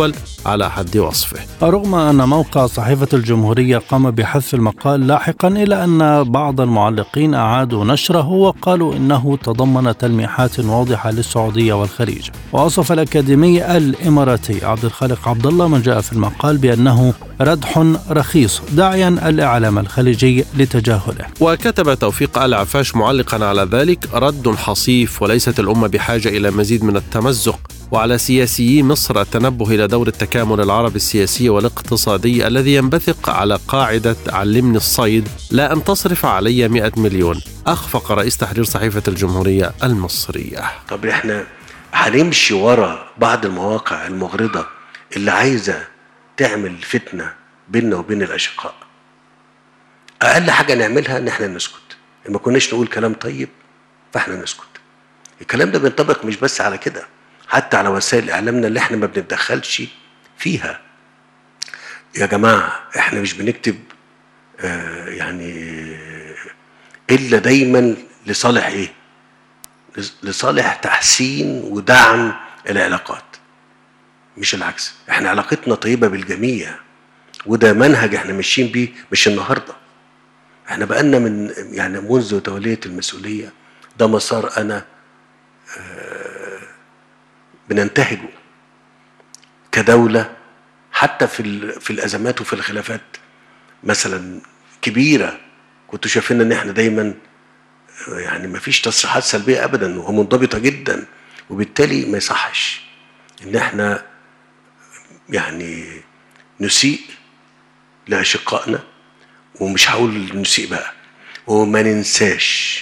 على حد وصفه. رغم أن موقع صحيفة الجمهورية قام بحذف المقال لاحقا، إلا أن بعض المعلقين أعادوا نشره وقالوا إنه تضمن تلميحات واضحة للسعودية والخليج. ووصف الأكاديمي الإماراتي عبد الخالق عبد الله من جاء في المقال بأنه ردح رخيص، داعيا الإعلام الخليجي لتجاهله. وكتب توفيق آل عفاش معلقا على ذلك: رد حصيف، وليست الأمة بحاجة إلى مزيد من التمزق. وعلى سياسيي مصر التنبه إلى دور التكامل العربي السياسي والاقتصادي الذي ينبثق على قاعدة علمني الصيد لا أن تصرف علي مئة مليون. أخفق رئيس تحرير صحيفة الجمهورية المصرية. طب إحنا هنمشي ورا بعض المواقع المغرضة اللي عايزة تعمل فتنة بيننا وبين الأشقاء. أقل حاجة نعملها إن إحنا نسكت. ما كناش نقول كلام طيب فإحنا نسكت. الكلام ده بينطبق مش بس على كده، حتى على وسائل إعلامنا اللي إحنا ما بنتدخلش فيها. يا جماعة إحنا مش بنكتب آه يعني إلا دايما لصالح إيه؟ لصالح تحسين ودعم العلاقات، مش العكس. إحنا علاقتنا طيبة بالجميع، وده منهج إحنا ماشيين بيه مش النهاردة. إحنا بقالنا من يعني منذ تولية المسؤولية ده مسار أنا آه بننتهجه كدولة، حتى في في الأزمات وفي الخلافات مثلا كبيرة كنتوا شايفين إن إحنا دايما يعني ما فيش تصريحات سلبية أبدا ومنضبطة جدا، وبالتالي ما يصحش إن إحنا يعني نسيء لأشقائنا. ومش هقول نسيء بقى، وما ننساش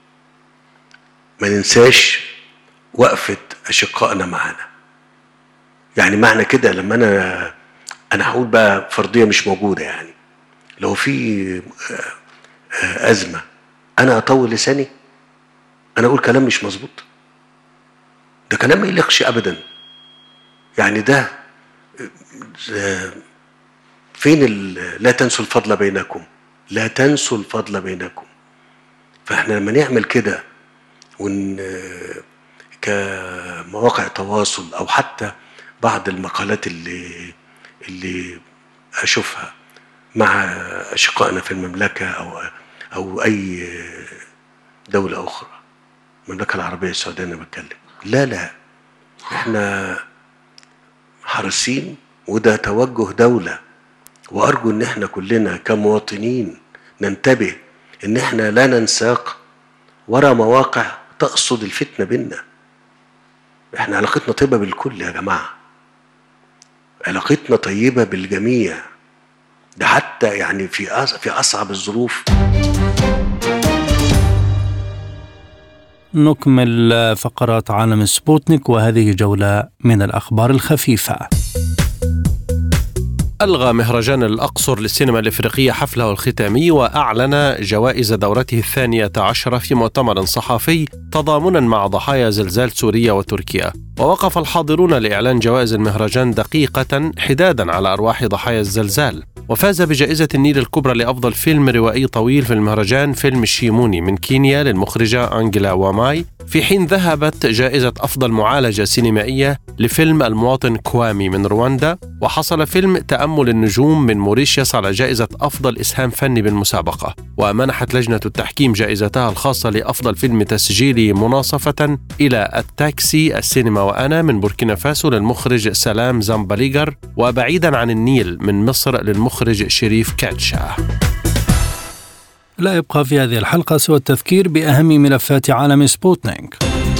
ما ننساش وقفة أشقائنا معانا. يعني معنى كده لما أنا أنا هقول بقى فرضية مش موجودة، يعني لو في أزمة أنا أطول لساني، أنا أقول كلام مش مظبوط، ده كلام ما يليقش أبدا. يعني ده فين لا تنسوا الفضل بينكم، لا تنسوا الفضل بينكم. فإحنا لما نعمل كده ون كمواقع تواصل أو حتى بعض المقالات اللي اللي أشوفها مع أشقائنا في المملكة أو أو أي دولة أخرى، المملكة العربية السعودية أنا بتكلم، لا لا إحنا حريصين، وده توجه دولة. وأرجو إن إحنا كلنا كمواطنين ننتبه إن إحنا لا ننساق ورا مواقع تقصد الفتنة بينا. إحنا علاقتنا طيبة بالكل يا جماعة، علاقتنا طيبة بالجميع، ده حتى يعني في في أصعب الظروف. نكمل فقرات عالم سبوتنيك، وهذه جولة من الأخبار الخفيفة. ألغى مهرجان الأقصر للسينما الإفريقية حفله الختامي، وأعلن جوائز دورته الثانية عشرة في مؤتمر صحفي تضامنا مع ضحايا زلزال سوريا وتركيا. ووقف الحاضرون لإعلان جوائز المهرجان دقيقة حدادا على أرواح ضحايا الزلزال. وفاز بجائزة النيل الكبرى لأفضل فيلم روائي طويل في المهرجان فيلم شيموني من كينيا للمخرجة أنجيلا واماي، في حين ذهبت جائزة أفضل معالجة سينمائية لفيلم المواطن كوامي من رواندا. وحصل فيلم تأمل النجوم من موريشيوس على جائزة أفضل إسهام فني بالمسابقة. ومنحت لجنة التحكيم جائزتها الخاصة لأفضل فيلم تسجيلي مناصفة إلى التاكسي السينما وأنا من بوركينا فاسو للمخرج سلام زامباليغر، وبعيدا عن النيل من مصر للمخرج شريف كاتشا. لا يبقى في هذه الحلقة سوى التذكير بأهم ملفات عالم سبوتنيك.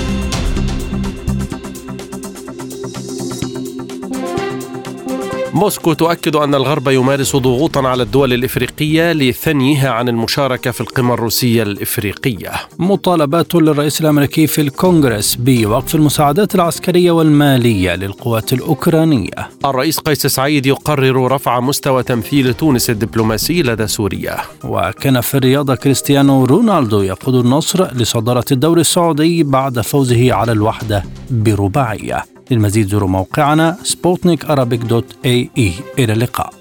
موسكو تؤكد أن الغرب يمارس ضغوطا على الدول الإفريقية لثنيها عن المشاركة في القمة الروسية الإفريقية. مطالبات للرئيس الأمريكي في الكونغرس بوقف المساعدات العسكرية والمالية للقوات الأوكرانية. الرئيس قيس سعيد يقرر رفع مستوى تمثيل تونس الدبلوماسي لدى سوريا. وكان في الرياضة كريستيانو رونالدو يقود النصر لصدارة الدوري السعودي بعد فوزه على الوحدة برباعية. للمزيد زوروا موقعنا سبوتنيك أرابيك دوت إيه إي. إلى اللقاء.